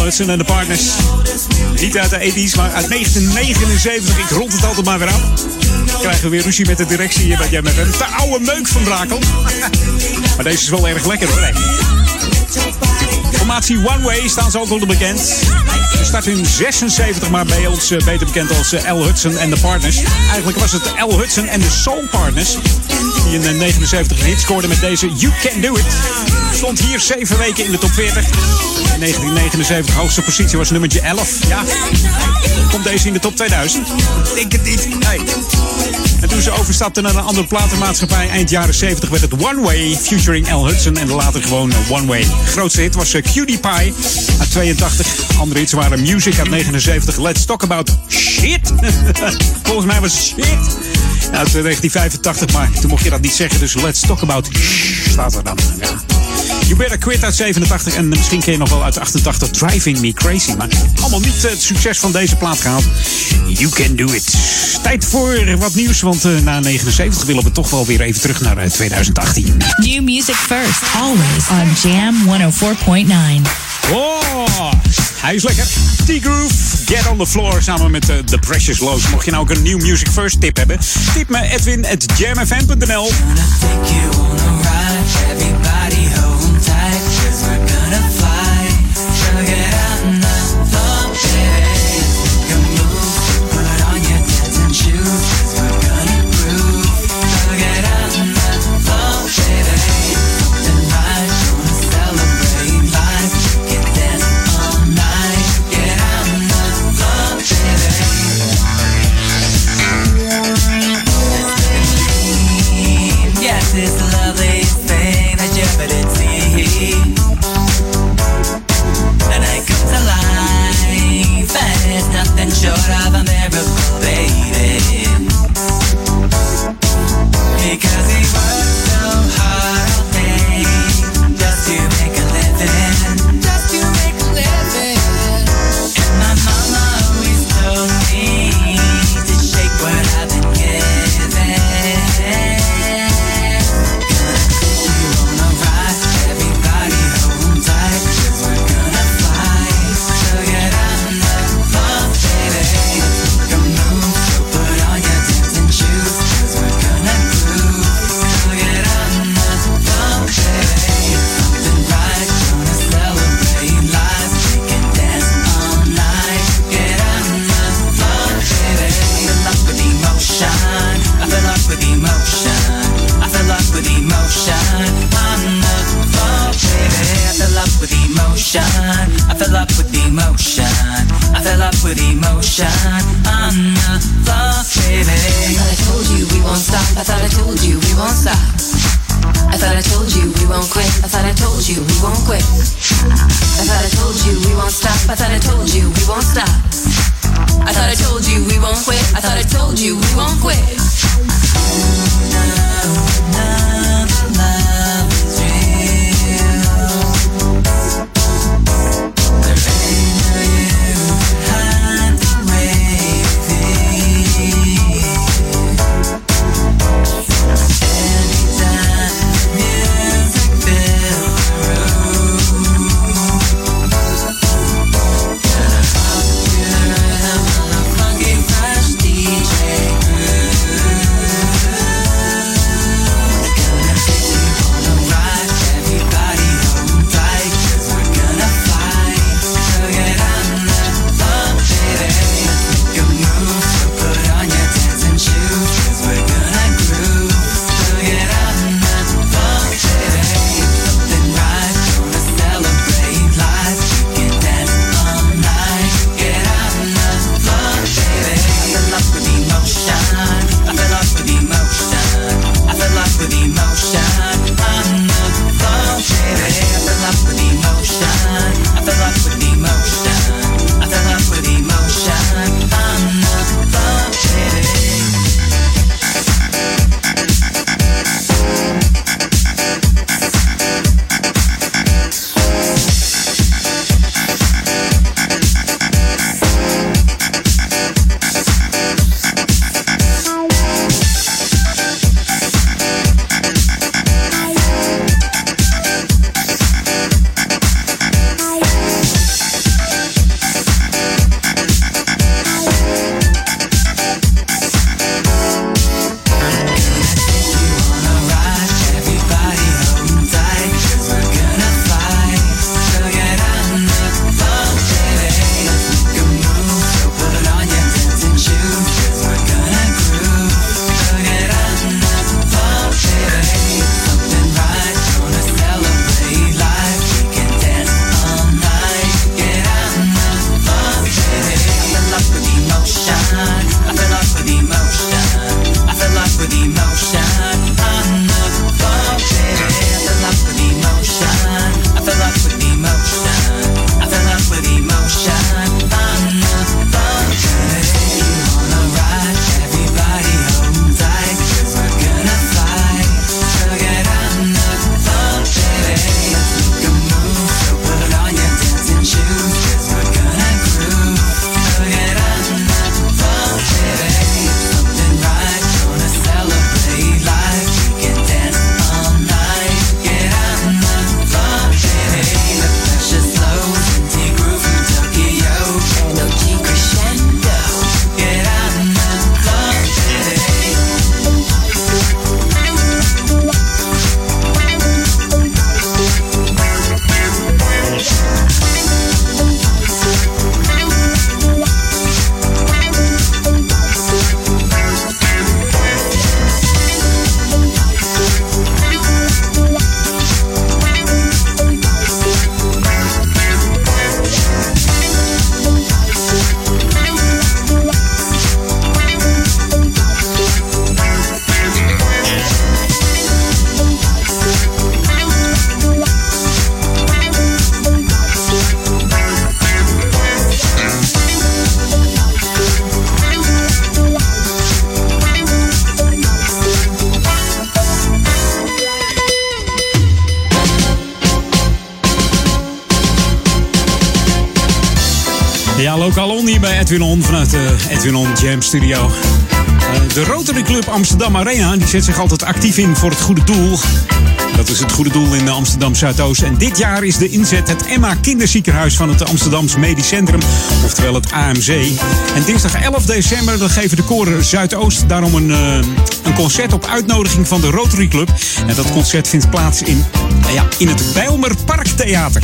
Hudson en de Partners. Niet uit de 80's, maar uit 1979. Ik rond het altijd maar weer af. Dan krijgen we weer ruzie met de directie hier bij JamFM. De oude meuk van Brakel. Maar deze is wel erg lekker hoor. Formatie One Way staan ze ook onder bekend. Ze start in 76, maar bij ons beter bekend als Al Hudson en de Partners. Eigenlijk was het Al Hudson en de Soul Partners. Die in 79 hit scoorden met deze You Can Do It. Stond hier 7 weken in de top 40. In 1979 hoogste positie was nummertje 11. Ja, komt deze in de top 2000? Ik denk het niet. Nee. En toen ze overstapten naar een andere platenmaatschappij eind jaren 70 werd het One Way featuring Al Hudson en later gewoon One Way. Grootste hit was Cutie Pie uit 82. Andere hits waren Music uit 79. Let's Talk About Shit. Volgens mij was het shit. Uit 1985, maar toen mocht je dat niet zeggen. Dus Let's Talk About Shh staat er dan. Ja. You Better Quit uit 87 en misschien ken je nog wel uit 88 Driving Me Crazy. Maar allemaal niet het succes van deze plaat gehaald. You Can Do It. Tijd voor wat nieuws, want na 79 willen we toch wel weer even terug naar 2018. New music first, always on Jam 104.9. Oh, hij is lekker. T-Groove, Get on the Floor samen met The Precious Lows. Mocht je nou ook een New Music First tip hebben, tip me edwin@jamfm.nl. Everybody hold tight, 'cause we're gonna fly. So get out and floor, baby. You move, put on your dancing shoes, 'cause we're gonna groove. So get out and floor, baby. Tonight, gonna celebrate life. Get dancing all night. Get out and floor, baby. Yes, it's lovely. And I come to life, and it's nothing short of a miracle, baby. Because we work so hard all day, just to make a living, just to make a living. And my mama always told me to shake what I've been given. I fill up with emotion. I fill up with emotion. On the floor, baby. I thought I told you we won't stop. I thought I told you we won't stop. I thought I told you we won't quit. I thought I told you we won't quit. I thought I told you we won't stop. I thought I told you we won't stop. I thought I told you we won't quit. I thought I told you we won't quit. Lokaal On hier bij Edwin On vanuit de Edwin On Jam Studio. De Rotary Club Amsterdam Arena die zet zich altijd actief in voor het goede doel. Dat is het goede doel in Amsterdam Zuidoost. En dit jaar is de inzet het Emma Kinderziekenhuis van het Amsterdams Medisch Centrum. Oftewel het AMC. En dinsdag 11 december dan geven de koren Zuidoost daarom een concert op uitnodiging van de Rotary Club. En dat concert vindt plaats in het Bijlmer Parktheater.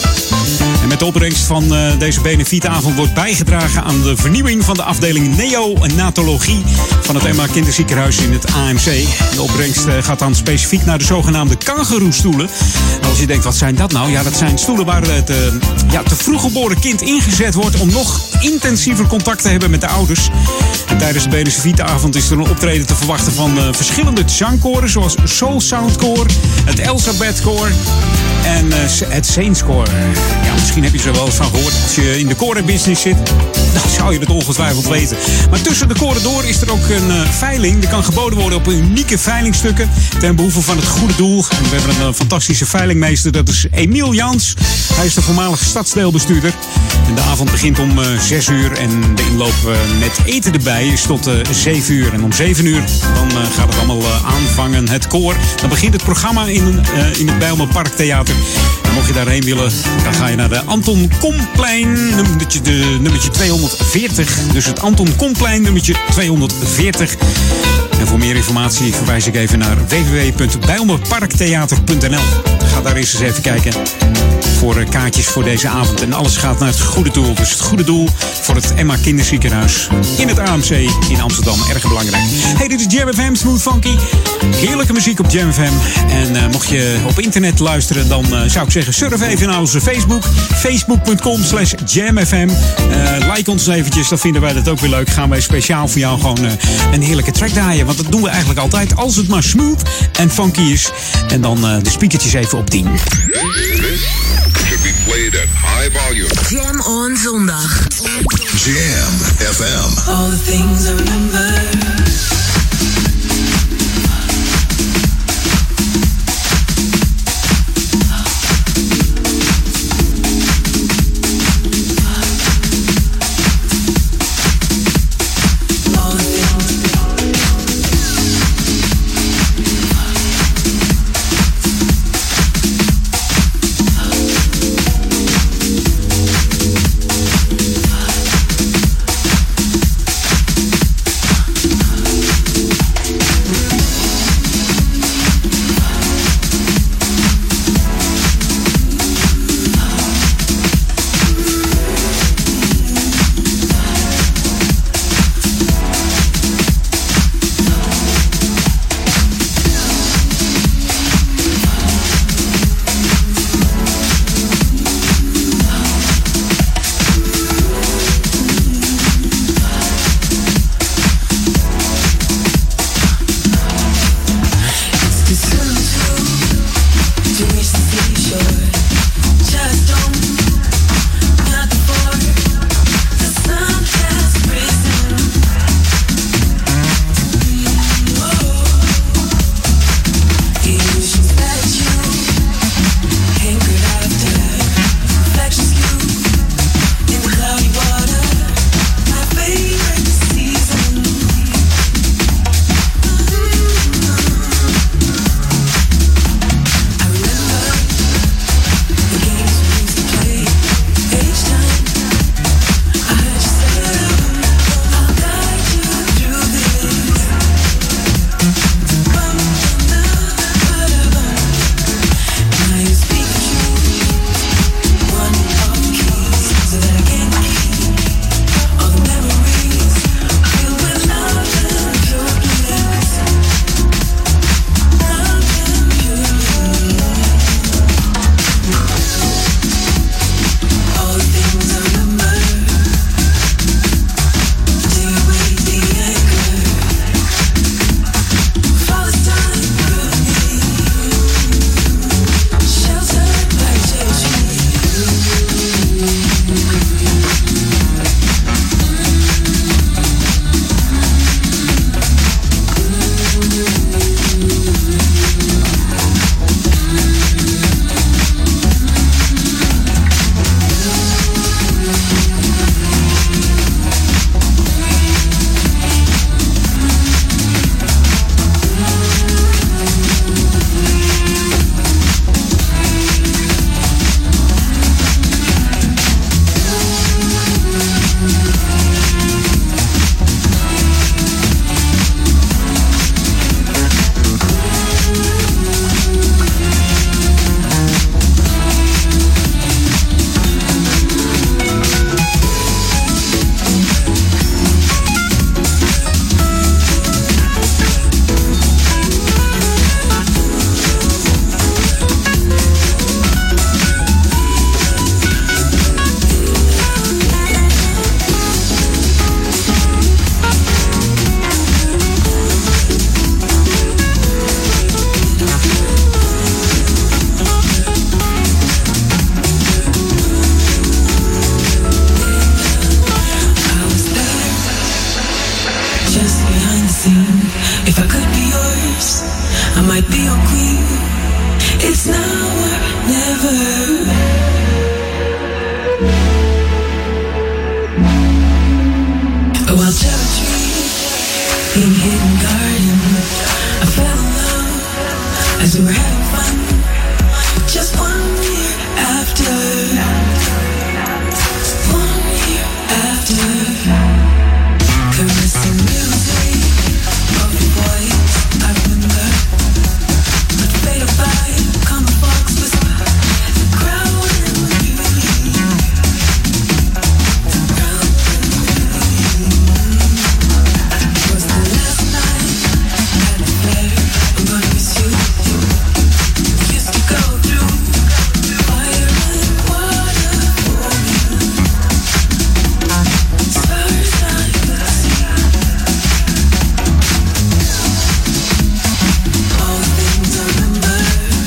En met de opbrengst van deze benefietavond wordt bijgedragen aan de vernieuwing van de afdeling neonatologie van het Emma Kinderziekenhuis in het AMC. De opbrengst gaat dan specifiek naar de zogenaamde kangoeroestoelen. En als je denkt, wat zijn dat nou? Ja, dat zijn stoelen waar het te vroeg geboren kind ingezet wordt om nog intensiever contact te hebben met de ouders. En tijdens de benefietavond is er een optreden te verwachten van verschillende zangkoren, zoals Soul Sound Koor, het Elizabeth Koor en het Saints Koor. Ja, misschien heb je er wel eens van gehoord. Als je in de korenbusiness zit, dan zou je het ongetwijfeld weten. Maar tussen de koren door is er ook een veiling. Die kan geboden worden op unieke veilingstukken ten behoeve van het goede doel. En we hebben een fantastische veilingmeester, dat is Emiel Jans. Hij is de voormalige stadsdeelbestuurder. En de avond begint om 6 uur en de inloop met eten erbij is tot 7 uur. En om 7 uur dan gaat het allemaal aanvangen, het koor. Dan begint het programma in het Bijlmer Parktheater. En mocht je daarheen willen, dan ga je naar de Anton Komplein, nummertje 240. Dus het Anton Komplein, nummertje 240. En voor meer informatie verwijs ik even naar www.bijlmerparktheater.nl. Ga daar eens even kijken voor kaartjes voor deze avond. En alles gaat naar het goede doel. Dus het goede doel voor het Emma Kinderziekenhuis in het AMC in Amsterdam. Erg belangrijk. Hey, dit is Jam FM, Smooth Funky. Heerlijke muziek op Jam FM. En mocht je op internet luisteren, dan zou ik zeggen, surf even naar onze Facebook. Facebook.com/JamFM. Like ons eventjes, dan vinden wij dat ook weer leuk. Gaan wij speciaal voor jou gewoon een heerlijke track draaien. Want dat doen we eigenlijk altijd, als het maar smooth en funky is. En dan de speakertjes even op 10. Should be played at high volume. Jam on zondag. Jam FM. All the things I remember. might be your queen. It's now or never. A wild cherry tree in hidden garden. I fell in love as we were having fun. Just 1 year after. 1 year after. Caressing music of your voice. I remember. But fade by. Come fox whisper. Crowd in the beauty. Was the last night at the fair. I'm gonna miss you. Used to go through fire and water for you. As far as I could see, all the things I remember.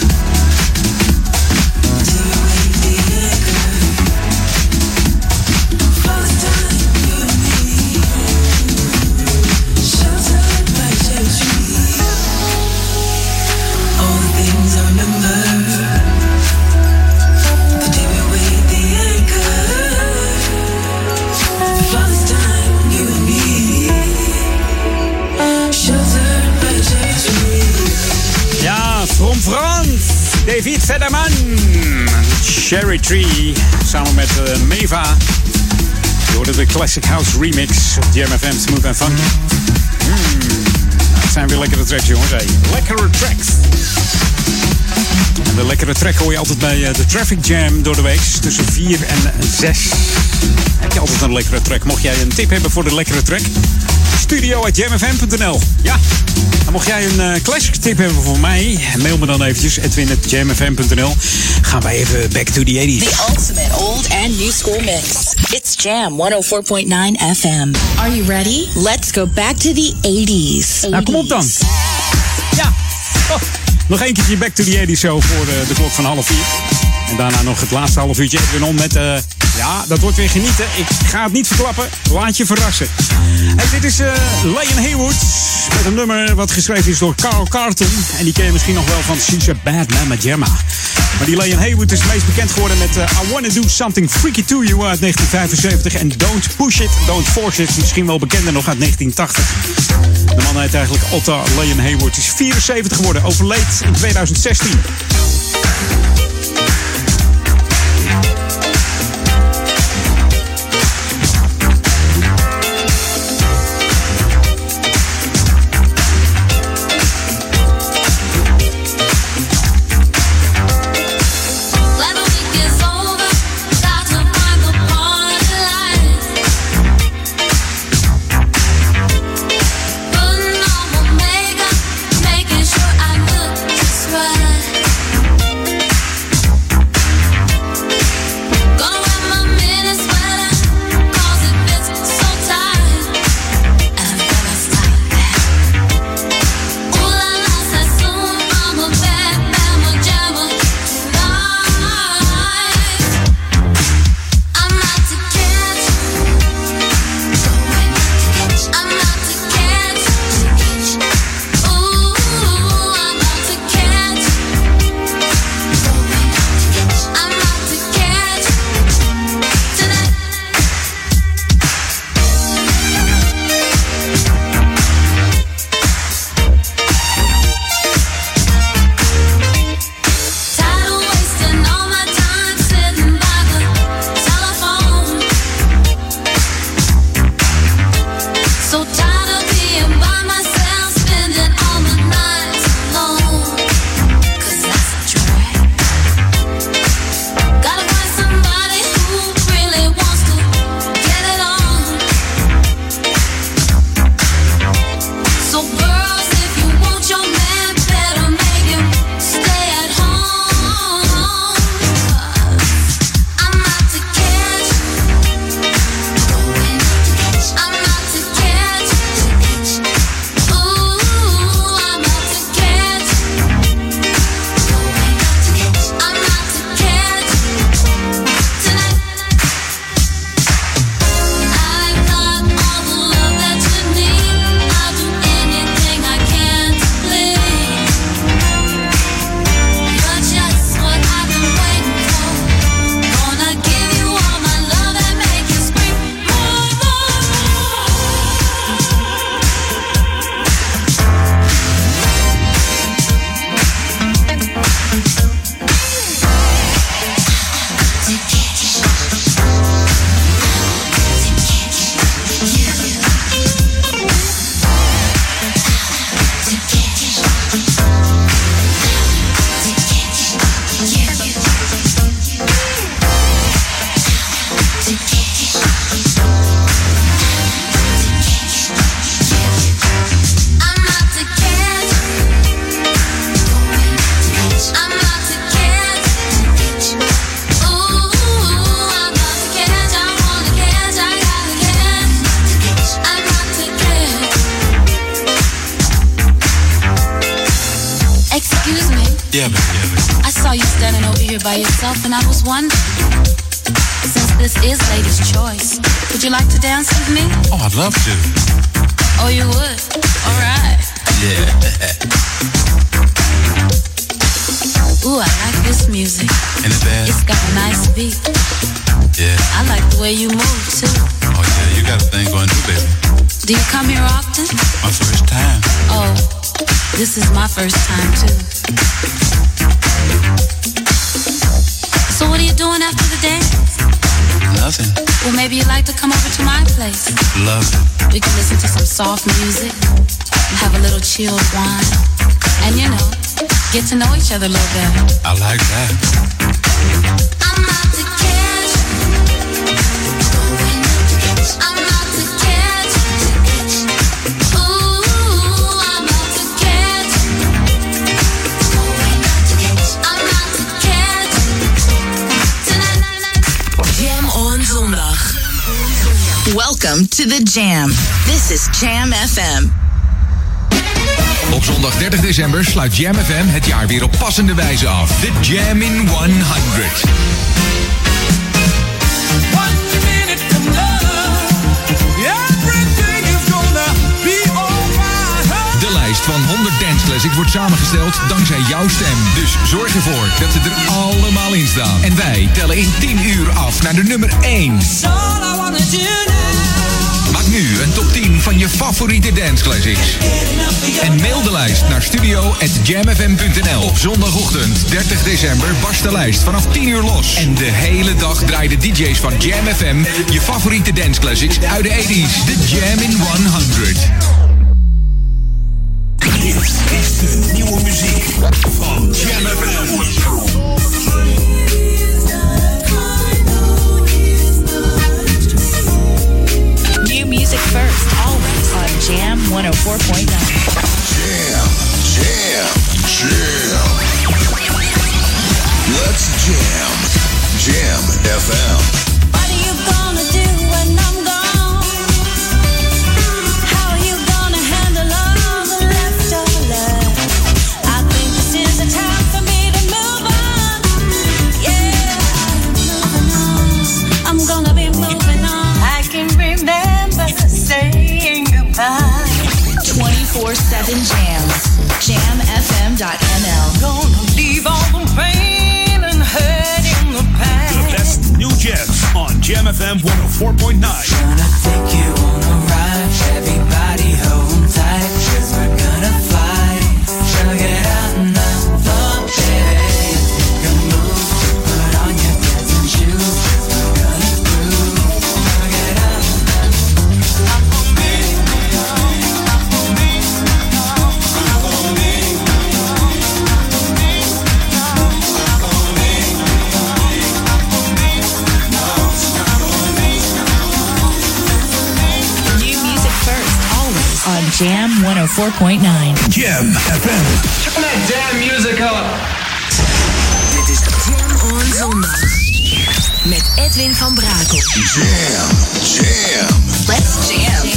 Till we weighed the anchor. First time you and me, sheltered by cherry trees. All the things I remember. The day we weighed the anchor. First time you and me, sheltered by cherry trees. Ja, from France, David Federman. Cherry Tree, samen met Meva. Je hoorde de Classic House remix op Jam FM, Smooth and Funky. Het zijn weer lekkere tracks, jongens. Hey. Lekkere tracks. En de lekkere track hoor je altijd bij de Traffic Jam door de week. Tussen 4 en 6. Heb je altijd een lekkere track. Mocht jij een tip hebben voor de lekkere track, studio@jamfm.nl. Ja, en mocht jij een classic tip hebben voor mij, mail me dan eventjes, edwin@jamfm.nl. Gaan wij even back to the 80s. The ultimate old and new school mix. It's Jam 104.9 FM. Are you ready? Let's go back to the 80s. Nou, kom op dan. Ja. Oh, nog één keertje back to the 80s show voor de klok van 3:30. En daarna nog het laatste half uurtje Edwin On met... ja, dat wordt weer genieten. Ik ga het niet verklappen. Laat je verrassen. Hey, dit is Lion Haywood. Met een nummer wat geschreven is door Carl Carlton. En die ken je misschien nog wel van She's a Bad Mama Jamma. Maar die Lion Haywood is het meest bekend geworden met I Wanna Do Something Freaky To You uit 1975. En Don't Push It, Don't Force It. Misschien wel bekender nog uit 1980. De man heet eigenlijk Otta Lion Haywood. Is 74 geworden. Overleed in 2016. Making sure I look just right. Yeah, baby. I saw you standing over here by yourself, and I was wondering, since this is ladies' choice, would you like to dance with me? Oh, I'd love to. Oh, you would? All right. Yeah. Ooh, I like this music. Ain't it bad? It's got a nice beat. Yeah. I like the way you move, too. Oh, yeah, you got a thing going too, baby. Do you come here often? My first time. Oh, this is my first time, too. So what are you doing after the dance? Nothing. Well, maybe you'd like to come over to my place. Love it. We can listen to some soft music, have a little chilled wine, and, you know, get to know each other a little better. I like that. I'm out to catch. I'm out to catch. Ooh, I'm out to catch. I'm out to catch. Jam on zondag. Welcome to the Jam. This is Jam FM. Op zondag 30 december sluit Jam FM het jaar weer op passende wijze af. The Jam in 100. De lijst van 100 Dance Classics wordt samengesteld dankzij jouw stem. Dus zorg ervoor dat ze er allemaal in staan. En wij tellen in 10 uur af naar de nummer 1. Maak nu een top 10 van je favoriete Dance Classics. En mail de lijst naar studio@jamfm.nl. Op zondagochtend 30 december barst de lijst vanaf 10 uur los. En de hele dag draaien de DJ's van Jam FM je favoriete Dance Classics uit de 80s. The Jam in 100. Dit is de nieuwe muziek van Jam FM. New music first, always on Jam 104.9. Jam, jam, jam. Let's jam. Jam FM. What are you gonna do when I'm gone? How are you gonna handle all the leftovers? I think this is the time for me to move on. Yeah, I'm moving on. I'm gonna be moving on. I can remember saying goodbye. 24/7 jams. JamFM.nl. Gonna leave all the pain and hurt in the past. The best new jams on Jam FM 104.9. Gonna take you on a ride. Everybody hold tight, 'cause we're gonna fly. Check it out now, oh baby. You move, put on your dancing shoes, 'cause we're gonna groove. Check it out New music first, always on Jam 104.9. Jam FM. Turn that damn music up. Dit is Jam on zondag. Met Edwin van Brakel. Jam, jam. Let's jam.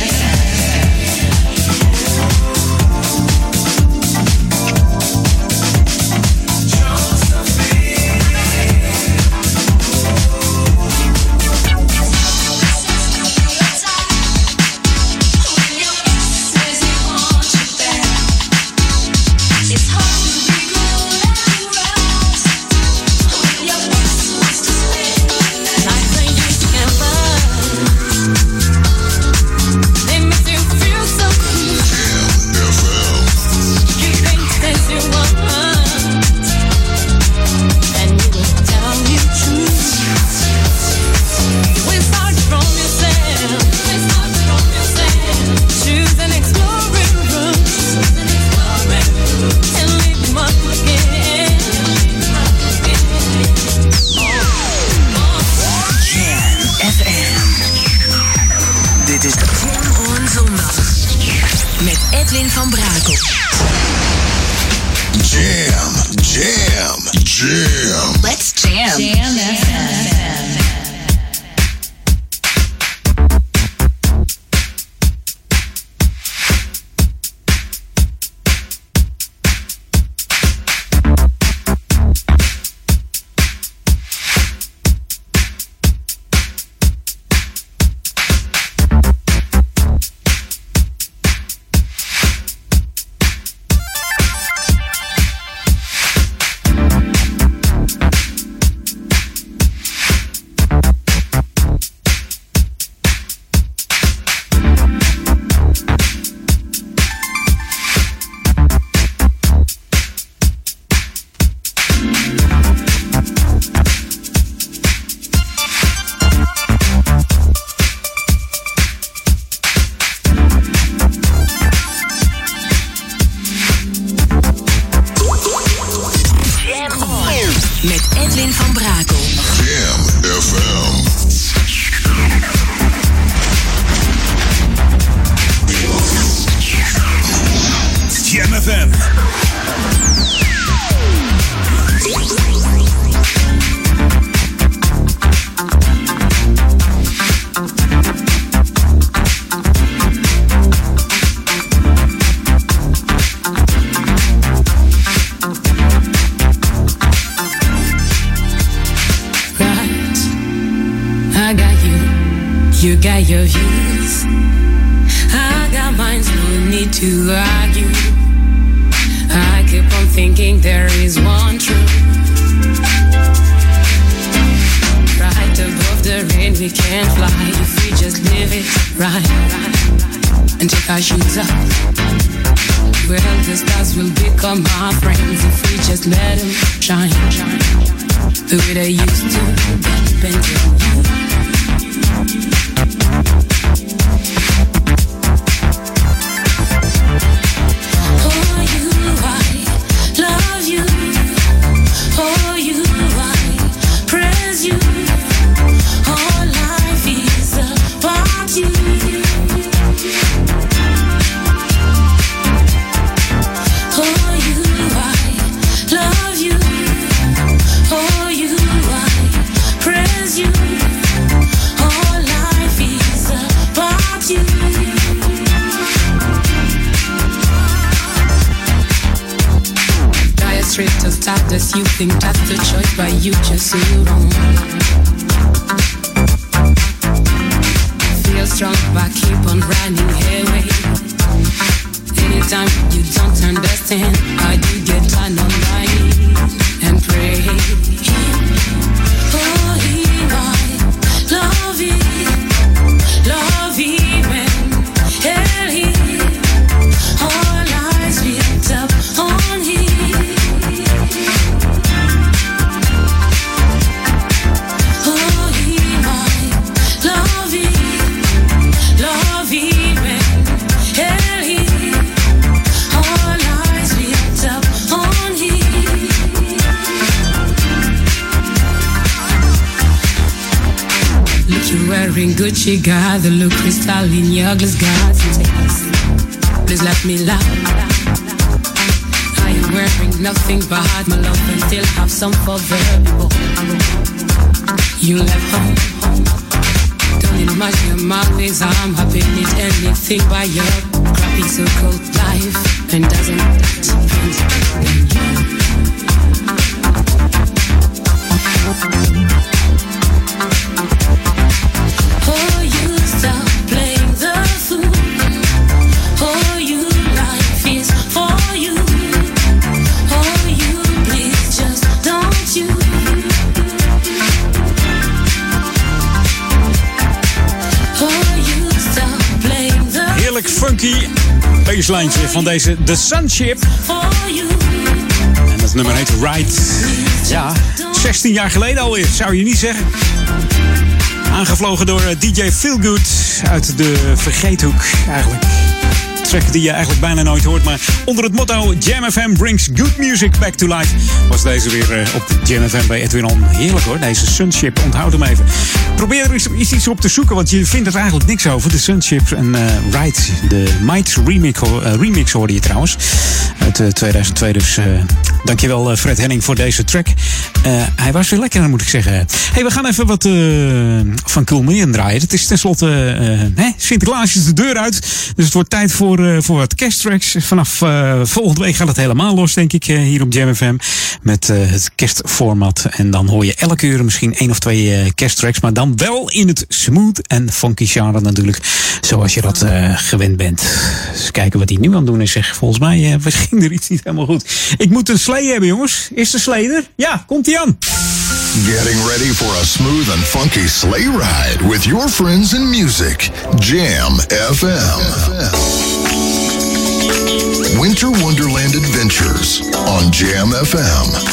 Edwin van Brakel. Jam, jam, jam. Let's jam. Jam FM. FM. I got you got your views. I got mine, no need to argue. I keep on thinking there is one truth. Right above the rain we can fly if we just live it right and take our shoes off. Well, the stars will become our friends if we just let them shine the way they used to bend on you. Oh, you, I love you. Oh, you, I praise you. All life is about you. Oh, you, I love you. Oh, you, I praise you. All life is about you. Dire straight to stop this. You think that's the choice, but you just so wrong. Feel strong, but keep on running away. Anytime you don't understand, I do get down on my knees and pray. Oh, I love him, and him. All eyes built up on him. Oh, I love him, and him. All eyes built up on him. Look, you're wearing Gucci, got the look crystal in your glass, got some taste. Please let me laugh. I am wearing nothing but my love and still have some for valuable. You left home. Don't imagine my ways. I'm happy need anything by your crappy so-called life. And doesn't that depend on you? Oh, you stop playing the fool. Oh, you, life is for you. Oh, you, please just don't you. Oh, you stop playing the Heerlijk funky baselijntje van deze The Sunship. En dat nummer heet Right. Ja, 16 jaar geleden alweer, zou je niet zeggen. Aangevlogen door DJ Feelgood uit de Vergeethoek eigenlijk. Track die je eigenlijk bijna nooit hoort, maar onder het motto Jam FM brings good music back to life was deze weer op Jam FM bij Edwin On. Heerlijk hoor, deze Sunship, onthoud hem even. Probeer er eens iets op te zoeken, want je vindt er eigenlijk niks over. De Sunship en Right, de Might remix hoorde je trouwens. Uit 2002, dus dankjewel Fred Henning voor deze track. Hij was weer lekker, moet ik zeggen. Hey, we gaan even wat van Cool Million draaien. Het is tenslotte Sinterklaas is de deur uit, dus het wordt tijd voor wat kersttracks. Vanaf volgende week gaat het helemaal los, denk ik, hier op Jam FM. Met het kerstformat. En dan hoor je elke uur misschien 1 of 2 kersttracks. Maar dan wel in het smooth en funky genre natuurlijk. Zoals je dat gewend bent. Dus kijken wat hij nu aan het doen is. Zeg. Volgens mij ging er iets niet helemaal goed. Ik moet een slee hebben, jongens. Is de slee er? Ja, komt hij aan. Getting ready for a smooth and funky sleigh ride with your friends in music. Jam FM. Winter Wonderland Adventures on Jam FM.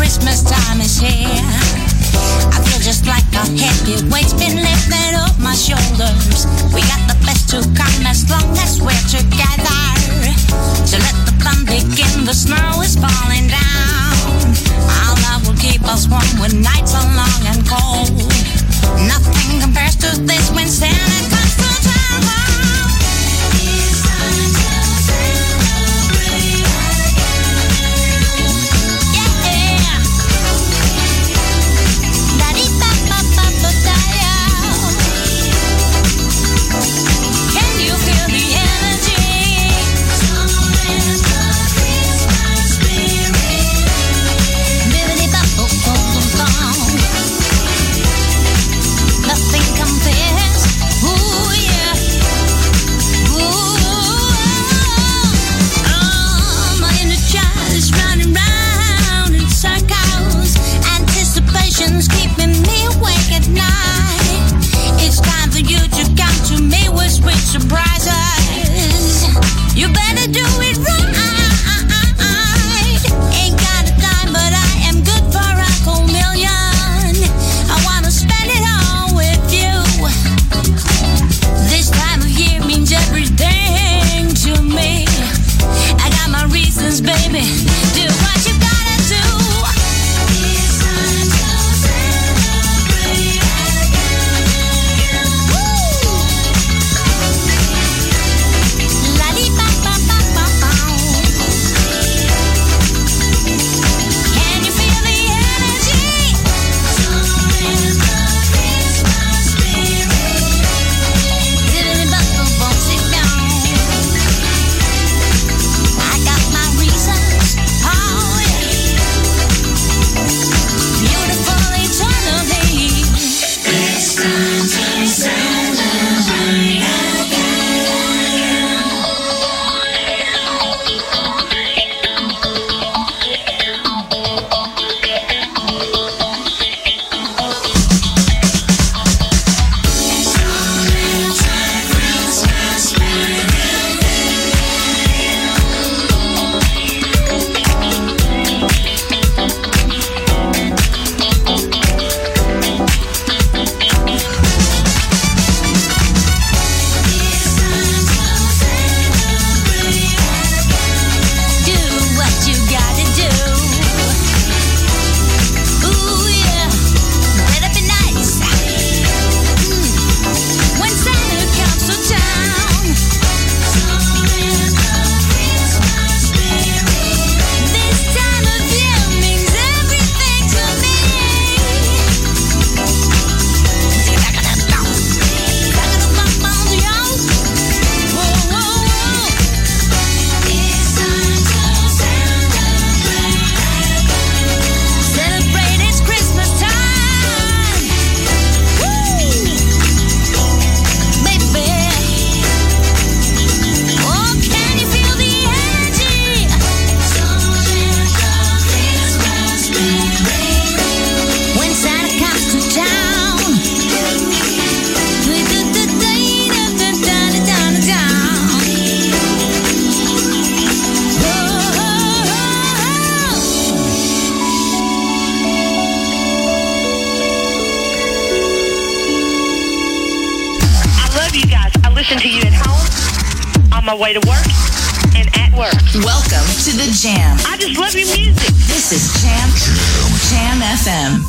Christmas time is here. I feel just like a heavy weight's been lifted off my shoulders. We got the best to come as long as we're together. So let the fun begin, the snow is falling down. Our love will keep us warm when nights are long and cold. Nothing compares to this when Santa comes to town. It's time to celebrate again. Yeah. Da-dee-ba-ba-ba-ba-da-ya. Can you feel the energy? Somewhere's the Christmas spirit. Bibbidi-bop-bop-bop-bop. Nothing compares. Ooh, yeah. Ooh. I'm energized, running round in circles. Anticipation's keeping me awake at night. It's time for you to come to me with sweet surprises. You better do it right. Ain't got a dime, but I am good for a cool million. I wanna spend it all with you. This time of year means everything to me. I got my reasons, baby. Do what you gotta do. It's time to celebrate again. Woo! La-dee-ba-ba-ba-ba-ba. Can you feel the energy? Somewhere's the Christmas spirit. Diddly-bop-bop-bop, sit down. I got my reasons, oh yeah. Beautiful eternity. It's time to celebrate do what you gotta do. Ooh yeah, better be nice. When Santa comes to town. Somewhere's the Christmas spirit. This time of year means everything to me. Whoa, whoa, whoa. It's time to celebrate, it's Christmas time. Woo! Baby. Oh, can you feel the energy? Somewhere's the Christmas spirit. When Santa comes to town. I love you guys. I listen to you at home, on my way to work, and at work. Welcome to the Jam. I just love your music. This is Jam FM.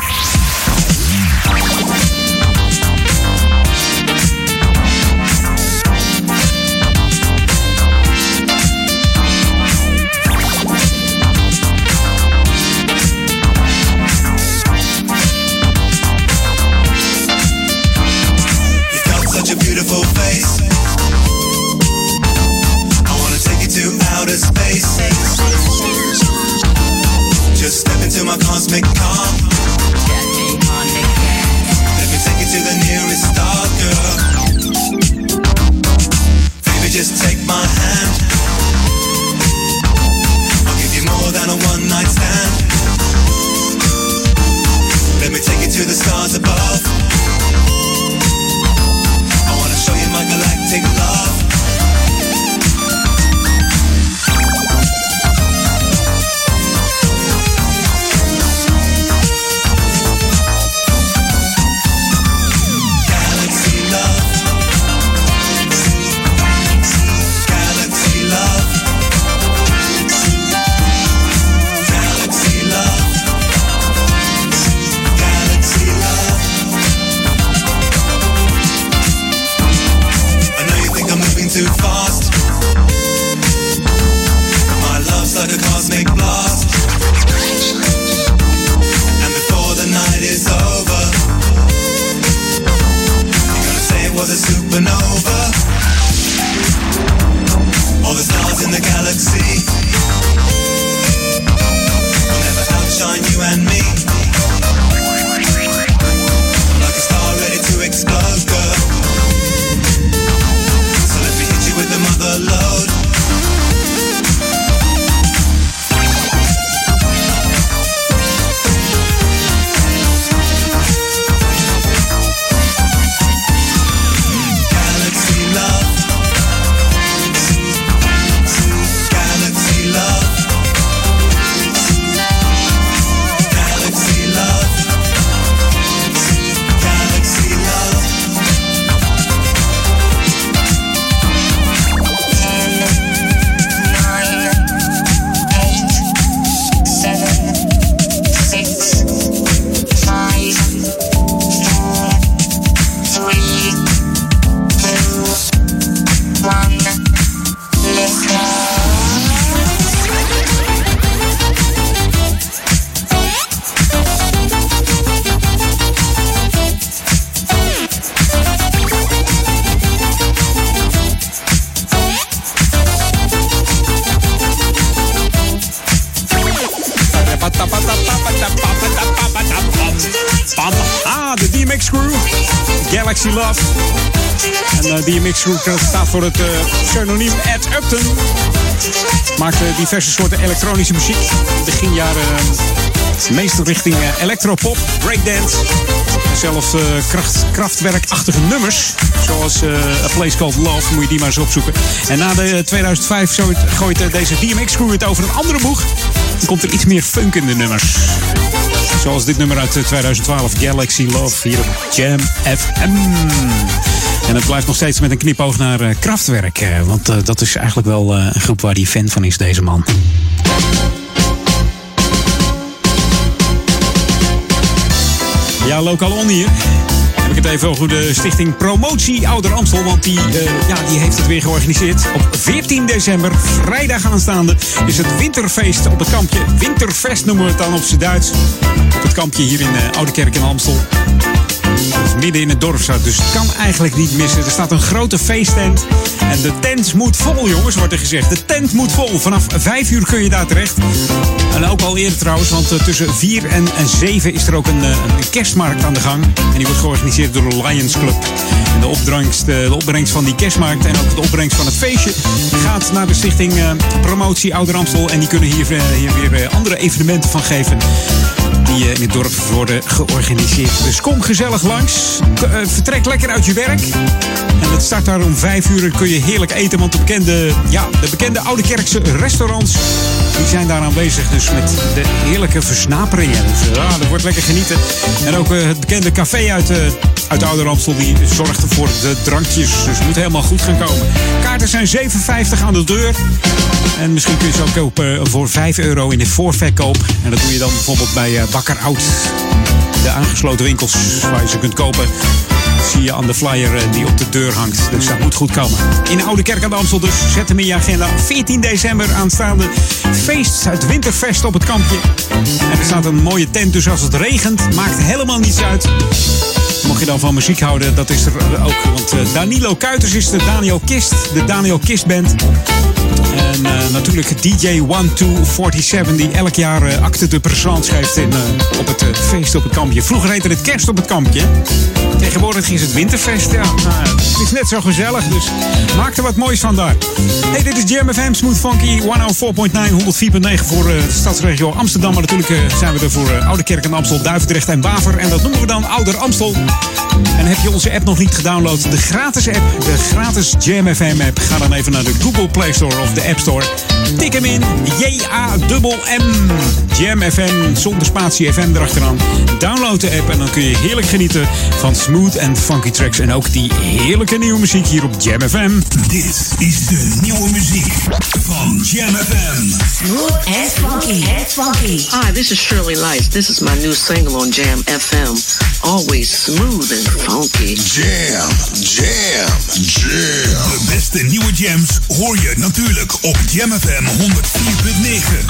You've got such a beautiful face. I wanna take you to outer space. Just step into my cosmic car. Crew, Galaxy Love. En DMX Crew staat voor het pseudoniem Ed Upton. Maakte diverse soorten elektronische muziek. Begin jaren meestal richting electropop, breakdance. En zelfs krachtwerkachtige nummers. Zoals A Place Called Love, moet je die maar eens opzoeken. En na de 2005 gooit deze DMX Crew het over een andere boeg. Dan komt er iets meer funk in de nummers. Zoals dit nummer uit 2012, Galaxy Love, hier op Jam FM. En het blijft nog steeds met een knipoog naar Kraftwerk. Want dat is eigenlijk wel een groep waar hij fan van is, deze man. Ja, Lokaal On hier. Heb ik het even over de stichting Promotie Ouder Amstel. Want die heeft het weer georganiseerd. Op 14 december, vrijdag aanstaande, is het winterfeest op het kampje. Winterfest noemen we het dan op z'n Duits. Op het kampje hier in Oudekerk in Amstel. Midden in het dorp staat, dus het kan eigenlijk niet missen. Er staat een grote feesttent. En de tent moet vol, jongens, wordt er gezegd. De tent moet vol. Vanaf 5 uur kun je daar terecht. En ook al eerder trouwens, want tussen 4 en 7 is er ook een kerstmarkt aan de gang. En die wordt georganiseerd door de Lions Club. En de opbrengst van die kerstmarkt en ook de opbrengst van het feestje gaat naar de stichting Promotie Ouder Amstel. En die kunnen hier weer andere evenementen van geven die in het dorp worden georganiseerd. Dus kom gezellig langs. Vertrek lekker uit je werk. En het start daar om 5 uur. Kun je heerlijk eten. Want de bekende Oudekerkse restaurants die zijn daar aanwezig. Dus met de heerlijke versnaperingen. Dus dat wordt lekker genieten. En ook het bekende café uit Ouder Amstel die zorgt voor de drankjes. Dus het moet helemaal goed gaan komen. Kaarten zijn €7,50 aan de deur. En misschien kun je ze ook kopen voor €5 in de voorverkoop. En dat doe je dan bijvoorbeeld bij Bakker Oud. De aangesloten winkels waar je ze kunt kopen. Zie je aan de flyer die op de deur hangt. Dus dat moet goed komen. In Oudekerk aan de Amstel dus. Zet hem in je agenda. 14 december aanstaande feest. Het winterfest op het kampje. En er staat een mooie tent. Dus als het regent, maakt helemaal niets uit. Mocht je dan van muziek houden, dat is er ook. Want Danilo Kuiters is de Daniel Kist Band. En natuurlijk DJ 1247 die elk jaar acte de présence geeft op het feest op het kampje. Vroeger heette het kerst op het kampje. Tegenwoordig is het winterfest. Ja, het is net zo gezellig, dus maak er wat moois van daar. Hey, dit is Jam FM, Smooth Funky, 104.9, 104.9 voor de stadsregio Amsterdam. Maar natuurlijk zijn we er voor Oudekerk en Amstel, Duivendrecht en Waver. En dat noemen we dan Ouder Amstel. En heb je onze app nog niet gedownload, de gratis app, de gratis Jam FM app, ga dan even naar de Google Play Store of de App Store. Tik hem in, JAMM, Jam FM, zonder spatie FM erachteraan. Download de app en dan kun je heerlijk genieten van smooth en funky tracks. En ook die heerlijke nieuwe muziek hier op Jam FM. Dit is de nieuwe muziek van Jam FM. Smooth and funky. Hi, this is Shirley Lights. This is my new single on Jam FM. Always smooth and funky. Jam. De beste nieuwe jams hoor je natuurlijk op Jam FM 104.9.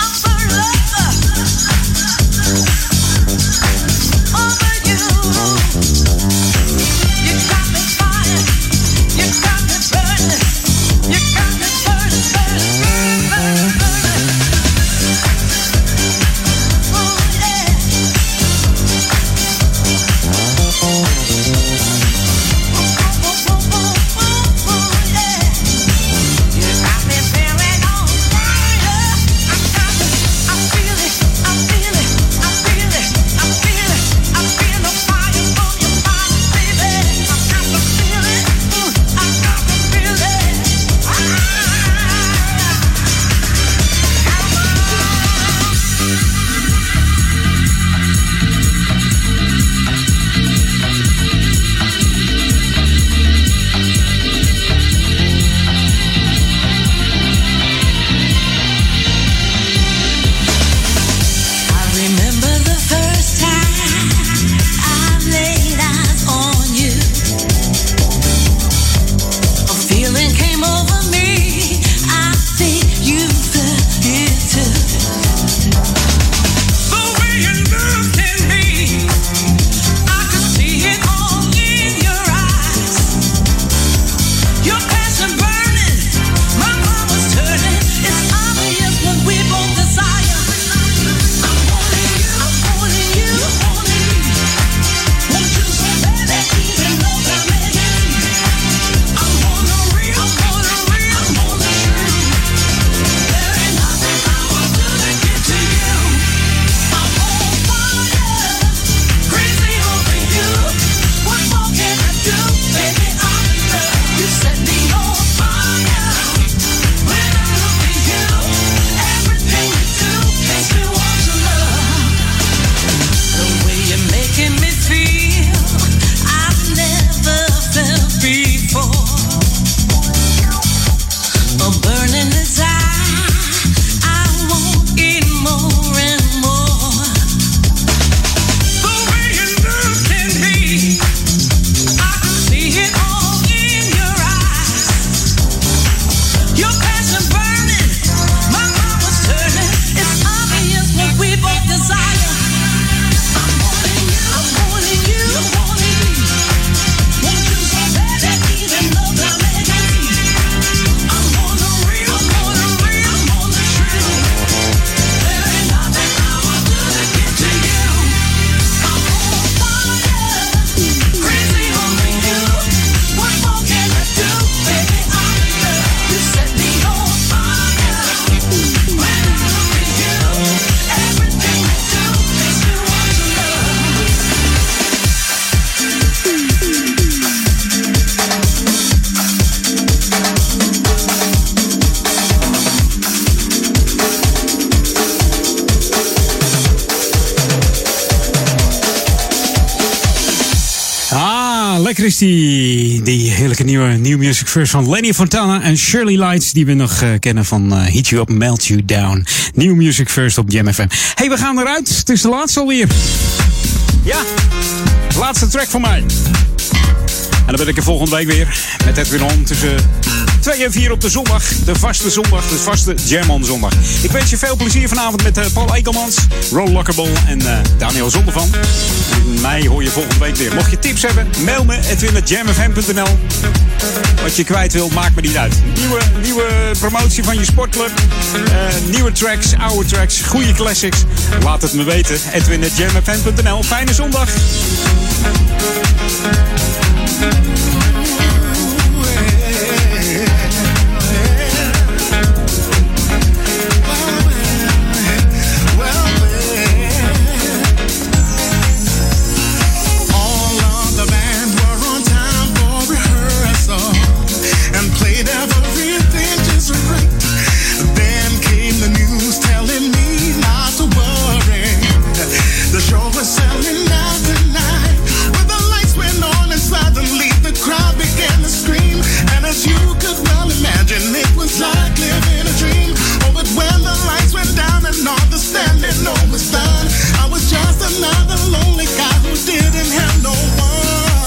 I feel it. Ja, lekker is die heerlijke nieuwe New Music First van Lenny Fontana en Shirley Lights, die we nog kennen van Heat You Up, Melt You Down. New Music First op Jam FM. Hey, we gaan eruit. Het is de laatste alweer. Ja, laatste track van mij. En dan ben ik er volgende week weer met Edwin On tussen 2 en 4 op de zondag. De vaste Jam On zondag. Ik wens je veel plezier vanavond met Paul Ekelmans, Ron Lockerball en Daniel Zondervan. En mij hoor je volgende week weer. Mocht je tips hebben, mail me edwin@jamfm.nl. Wat je kwijt wilt, maakt me niet uit. Nieuwe promotie van je sportclub. Nieuwe tracks, oude tracks, goede classics. Laat het me weten. edwin@jamfm.nl. Fijne zondag. The show was selling out tonight. When the lights went on and suddenly the crowd began to scream. And as you could well imagine, it was like living a dream. Oh, but when the lights went down and all the standing on was done, I was just another lonely guy who didn't have no one.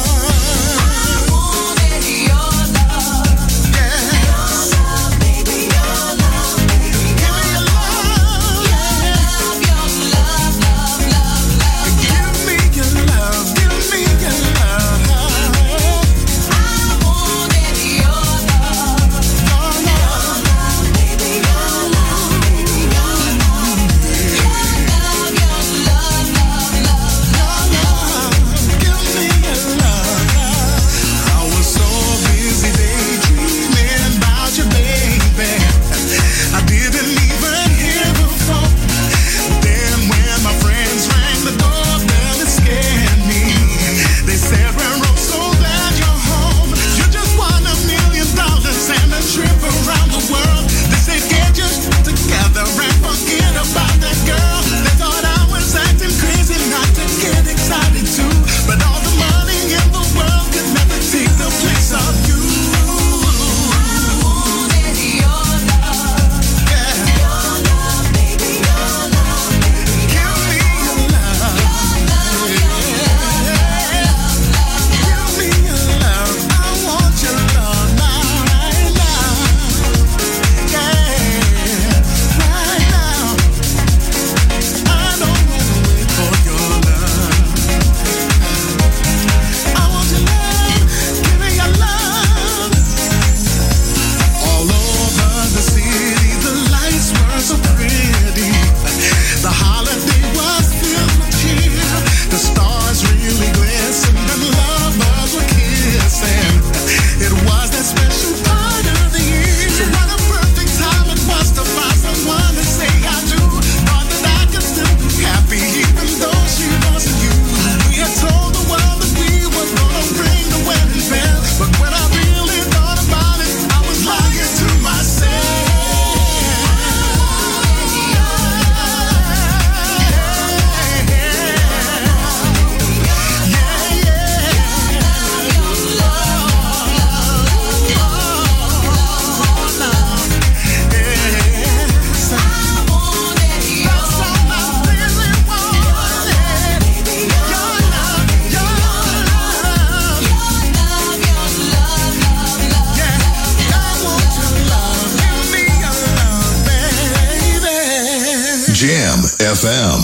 Jam FM.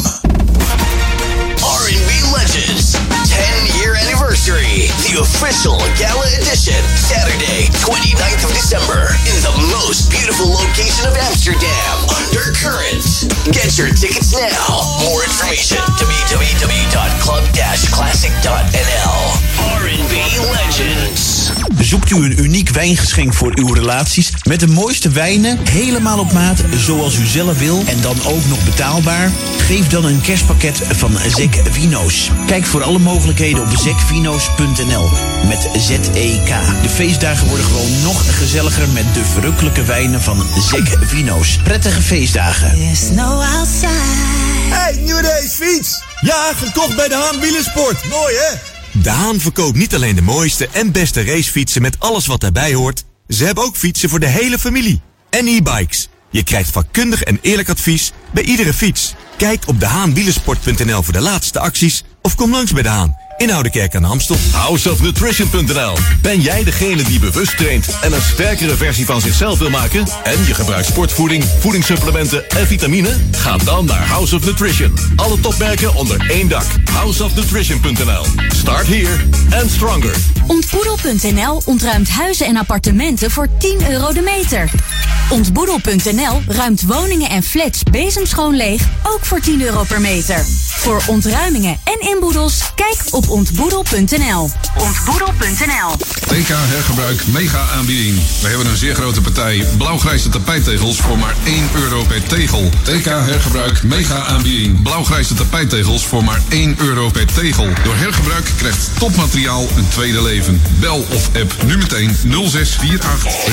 R&B Legends 10-year anniversary. The official gala edition. Saturday, 29th of December. In the most beautiful location of Amsterdam. Undercurrent. Get your tickets now. More information. www.club-classic.nl. R&B Legends. Zoekt u een uniek wijngeschenk voor uw relaties met de mooiste wijnen, helemaal op maat, zoals u zelf wil en dan ook nog betaalbaar? Geef dan een kerstpakket van Zek Vino's. Kijk voor alle mogelijkheden op zekvino's.nl met Z-E-K. De feestdagen worden gewoon nog gezelliger met de verrukkelijke wijnen van Zek Vino's. Prettige feestdagen. There's no outside. Hey, nieuwe race fiets! Ja, gekocht bij de Haan Wielersport. Mooi, hè? De Haan verkoopt niet alleen de mooiste en beste racefietsen met alles wat daarbij hoort. Ze hebben ook fietsen voor de hele familie. En e-bikes. Je krijgt vakkundig en eerlijk advies bij iedere fiets. Kijk op dehaanwielersport.nl voor de laatste acties of kom langs bij De Haan in Oudekerk aan de Amstel. Houseofnutrition.nl. Ben jij degene die bewust traint en een sterkere versie van zichzelf wil maken? En je gebruikt sportvoeding, voedingssupplementen en vitamine? Ga dan naar House of Nutrition. Alle topmerken onder één dak. Houseofnutrition.nl. Start here and stronger. Ontboedel.nl ontruimt huizen en appartementen voor 10 euro de meter. Ontboedel.nl ruimt woningen en flats bezemschoon leeg, ook voor 10 euro per meter. Voor ontruimingen en inboedels, kijk op ontboedel.nl. Ontboedel.nl. TK Hergebruik mega aanbieding. We hebben een zeer grote partij blauwgrijze tapijttegels voor maar 1 euro per tegel. TK Hergebruik mega aanbieding. Blauwgrijze tapijttegels voor maar 1 euro per tegel. Door hergebruik krijgt topmateriaal een tweede leven. Bel of app nu meteen 0648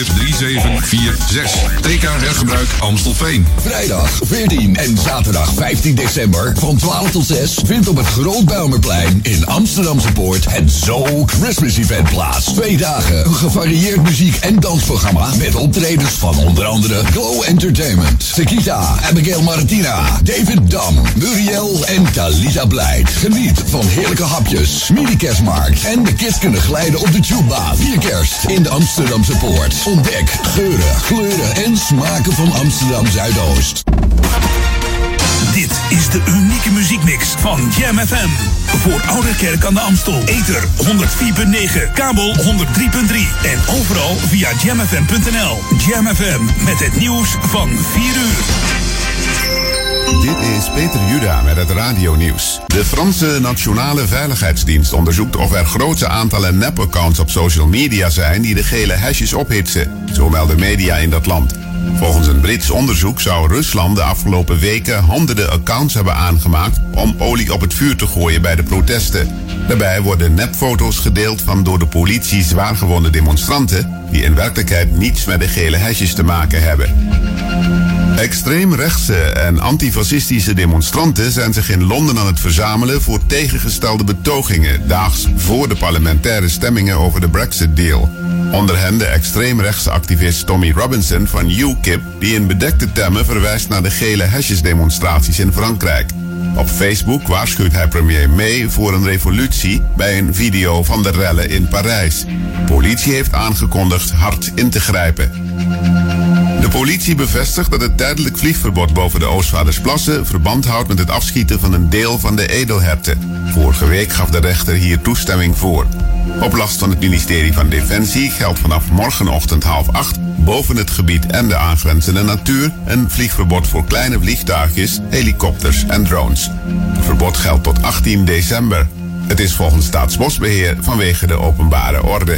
143746. TK Hergebruik Amstelveen. Vrijdag 14 en zaterdag 15 december van 12 tot 6 vindt op het Groot Bijlmerplein in Amsterdamse Poort het Zo Christmas Event plaats. 2 dagen, een gevarieerd muziek- en dansprogramma met optredens van onder andere Glow Entertainment, Sekita, Abigail Martina, David Dam, Muriel en Talita Blijt. Geniet van heerlijke hapjes, mini-kerstmarkt en de kids kunnen glijden op de tubebaan. Vier kerst in de Amsterdamse Poort. Ontdek geuren, kleuren en smaken van Amsterdam Zuidoost. Dit is de unieke muziekmix van Jam FM. Voor Ouderkerk aan de Amstel. Ether 104.9, kabel 103.3 en overal via jamfm.nl. Jam FM met het nieuws van 4 uur. Dit is Peter Juda met het radionieuws. De Franse Nationale Veiligheidsdienst onderzoekt of er grote aantallen nep-accounts op social media zijn die de gele hashjes ophitsen. Zo melden media in dat land. Volgens een Brits onderzoek zou Rusland de afgelopen weken honderden accounts hebben aangemaakt om olie op het vuur te gooien bij de protesten. Daarbij worden nepfoto's gedeeld van door de politie zwaargewonde demonstranten die in werkelijkheid niets met de gele hesjes te maken hebben. Extreemrechtse en antifascistische demonstranten zijn zich in Londen aan het verzamelen voor tegengestelde betogingen daags voor de parlementaire stemmingen over de Brexit-deal. Onder hen de extreemrechtse activist Tommy Robinson van UKIP, die in bedekte termen verwijst naar de gele hesjesdemonstraties in Frankrijk. Op Facebook waarschuwt hij premier May voor een revolutie bij een video van de rellen in Parijs. Politie heeft aangekondigd hard in te grijpen. De politie bevestigt dat het tijdelijk vliegverbod boven de Oostvaardersplassen verband houdt met het afschieten van een deel van de edelherten. Vorige week gaf de rechter hier toestemming voor. Op last van het ministerie van Defensie geldt vanaf morgenochtend 7:30 boven het gebied en de aangrenzende natuur een vliegverbod voor kleine vliegtuigjes, helikopters en drones. Het verbod geldt tot 18 december. Het is volgens Staatsbosbeheer vanwege de openbare orde.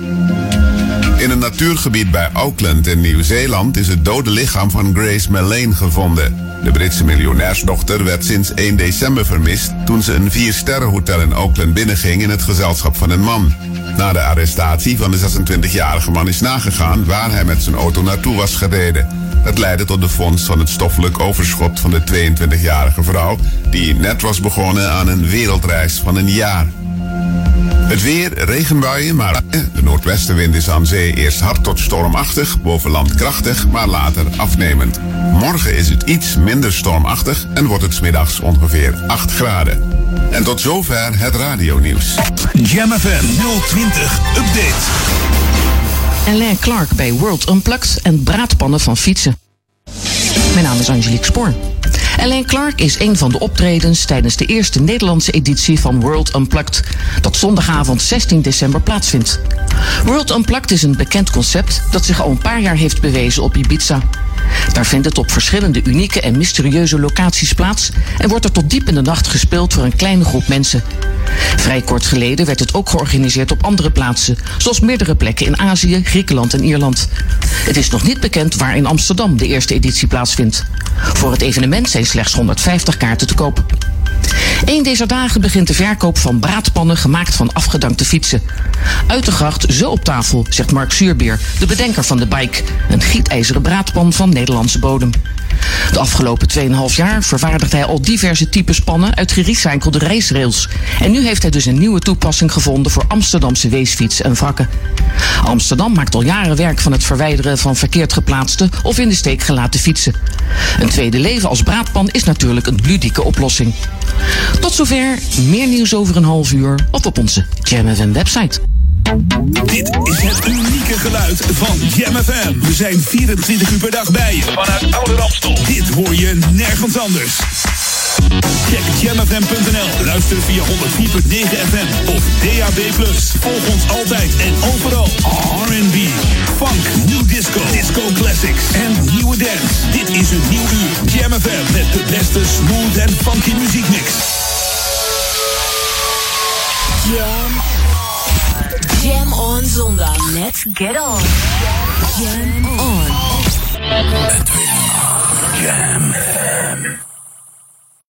In een natuurgebied bij Auckland in Nieuw-Zeeland is het dode lichaam van Grace Mellane gevonden. De Britse miljonairsdochter werd sinds 1 december vermist toen ze een 4-sterrenhotel in Auckland binnenging in het gezelschap van een man. Na de arrestatie van de 26-jarige man is nagegaan waar hij met zijn auto naartoe was gereden. Dat leidde tot de vondst van het stoffelijk overschot van de 22-jarige vrouw die net was begonnen aan een wereldreis van een jaar. Het weer, regenbuien, maar de noordwestenwind is aan zee eerst hard tot stormachtig, boven land krachtig, maar later afnemend. Morgen is het iets minder stormachtig en wordt het 's middags ongeveer 8 graden. En tot zover het radionieuws. Jam FM 020 Update. Alain Clark bij World Unplugged en braadpannen van fietsen. Mijn naam is Angelique Spoor. Alain Clark is een van de optredens tijdens de eerste Nederlandse editie van World Unplugged, dat zondagavond 16 december plaatsvindt. World Unplugged is een bekend concept dat zich al een paar jaar heeft bewezen op Ibiza. Daar vindt het op verschillende unieke en mysterieuze locaties plaats en wordt er tot diep in de nacht gespeeld voor een kleine groep mensen. Vrij kort geleden werd het ook georganiseerd op andere plaatsen, zoals meerdere plekken in Azië, Griekenland en Ierland. Het is nog niet bekend waar in Amsterdam de eerste editie plaatsvindt. Voor het evenement zijn slechts 150 kaarten te koop. Eén deze dagen begint de verkoop van braadpannen gemaakt van afgedankte fietsen. Uit de gracht, zo op tafel, zegt Mark Zuurbeer, de bedenker van de bike. Een gietijzeren braadpan van Nederlandse bodem. De afgelopen 2,5 jaar vervaardigt hij al diverse types pannen uit gerecyclede racerails. En nu heeft hij dus een nieuwe toepassing gevonden voor Amsterdamse weesfietsen en wrakken. Amsterdam maakt al jaren werk van het verwijderen van verkeerd geplaatste of in de steek gelaten fietsen. Een tweede leven als braadpan is natuurlijk een ludieke oplossing. Tot zover, meer nieuws over een half uur of op onze Jam FM website. Dit is het unieke geluid van Jam FM. We zijn 24 uur per dag bij je vanuit Oude Ramstel. Dit hoor je nergens anders. Check jamfm.nl. Luister via 104.9 FM of DAB+. Volg ons altijd en overal. R&B, funk, new disco, disco classics en nieuwe dance. Dit is een nieuw uur. Jam FM met de beste smooth en funky muziekmix. Jam on zondag. Let's get on. Jam on. Jam FM.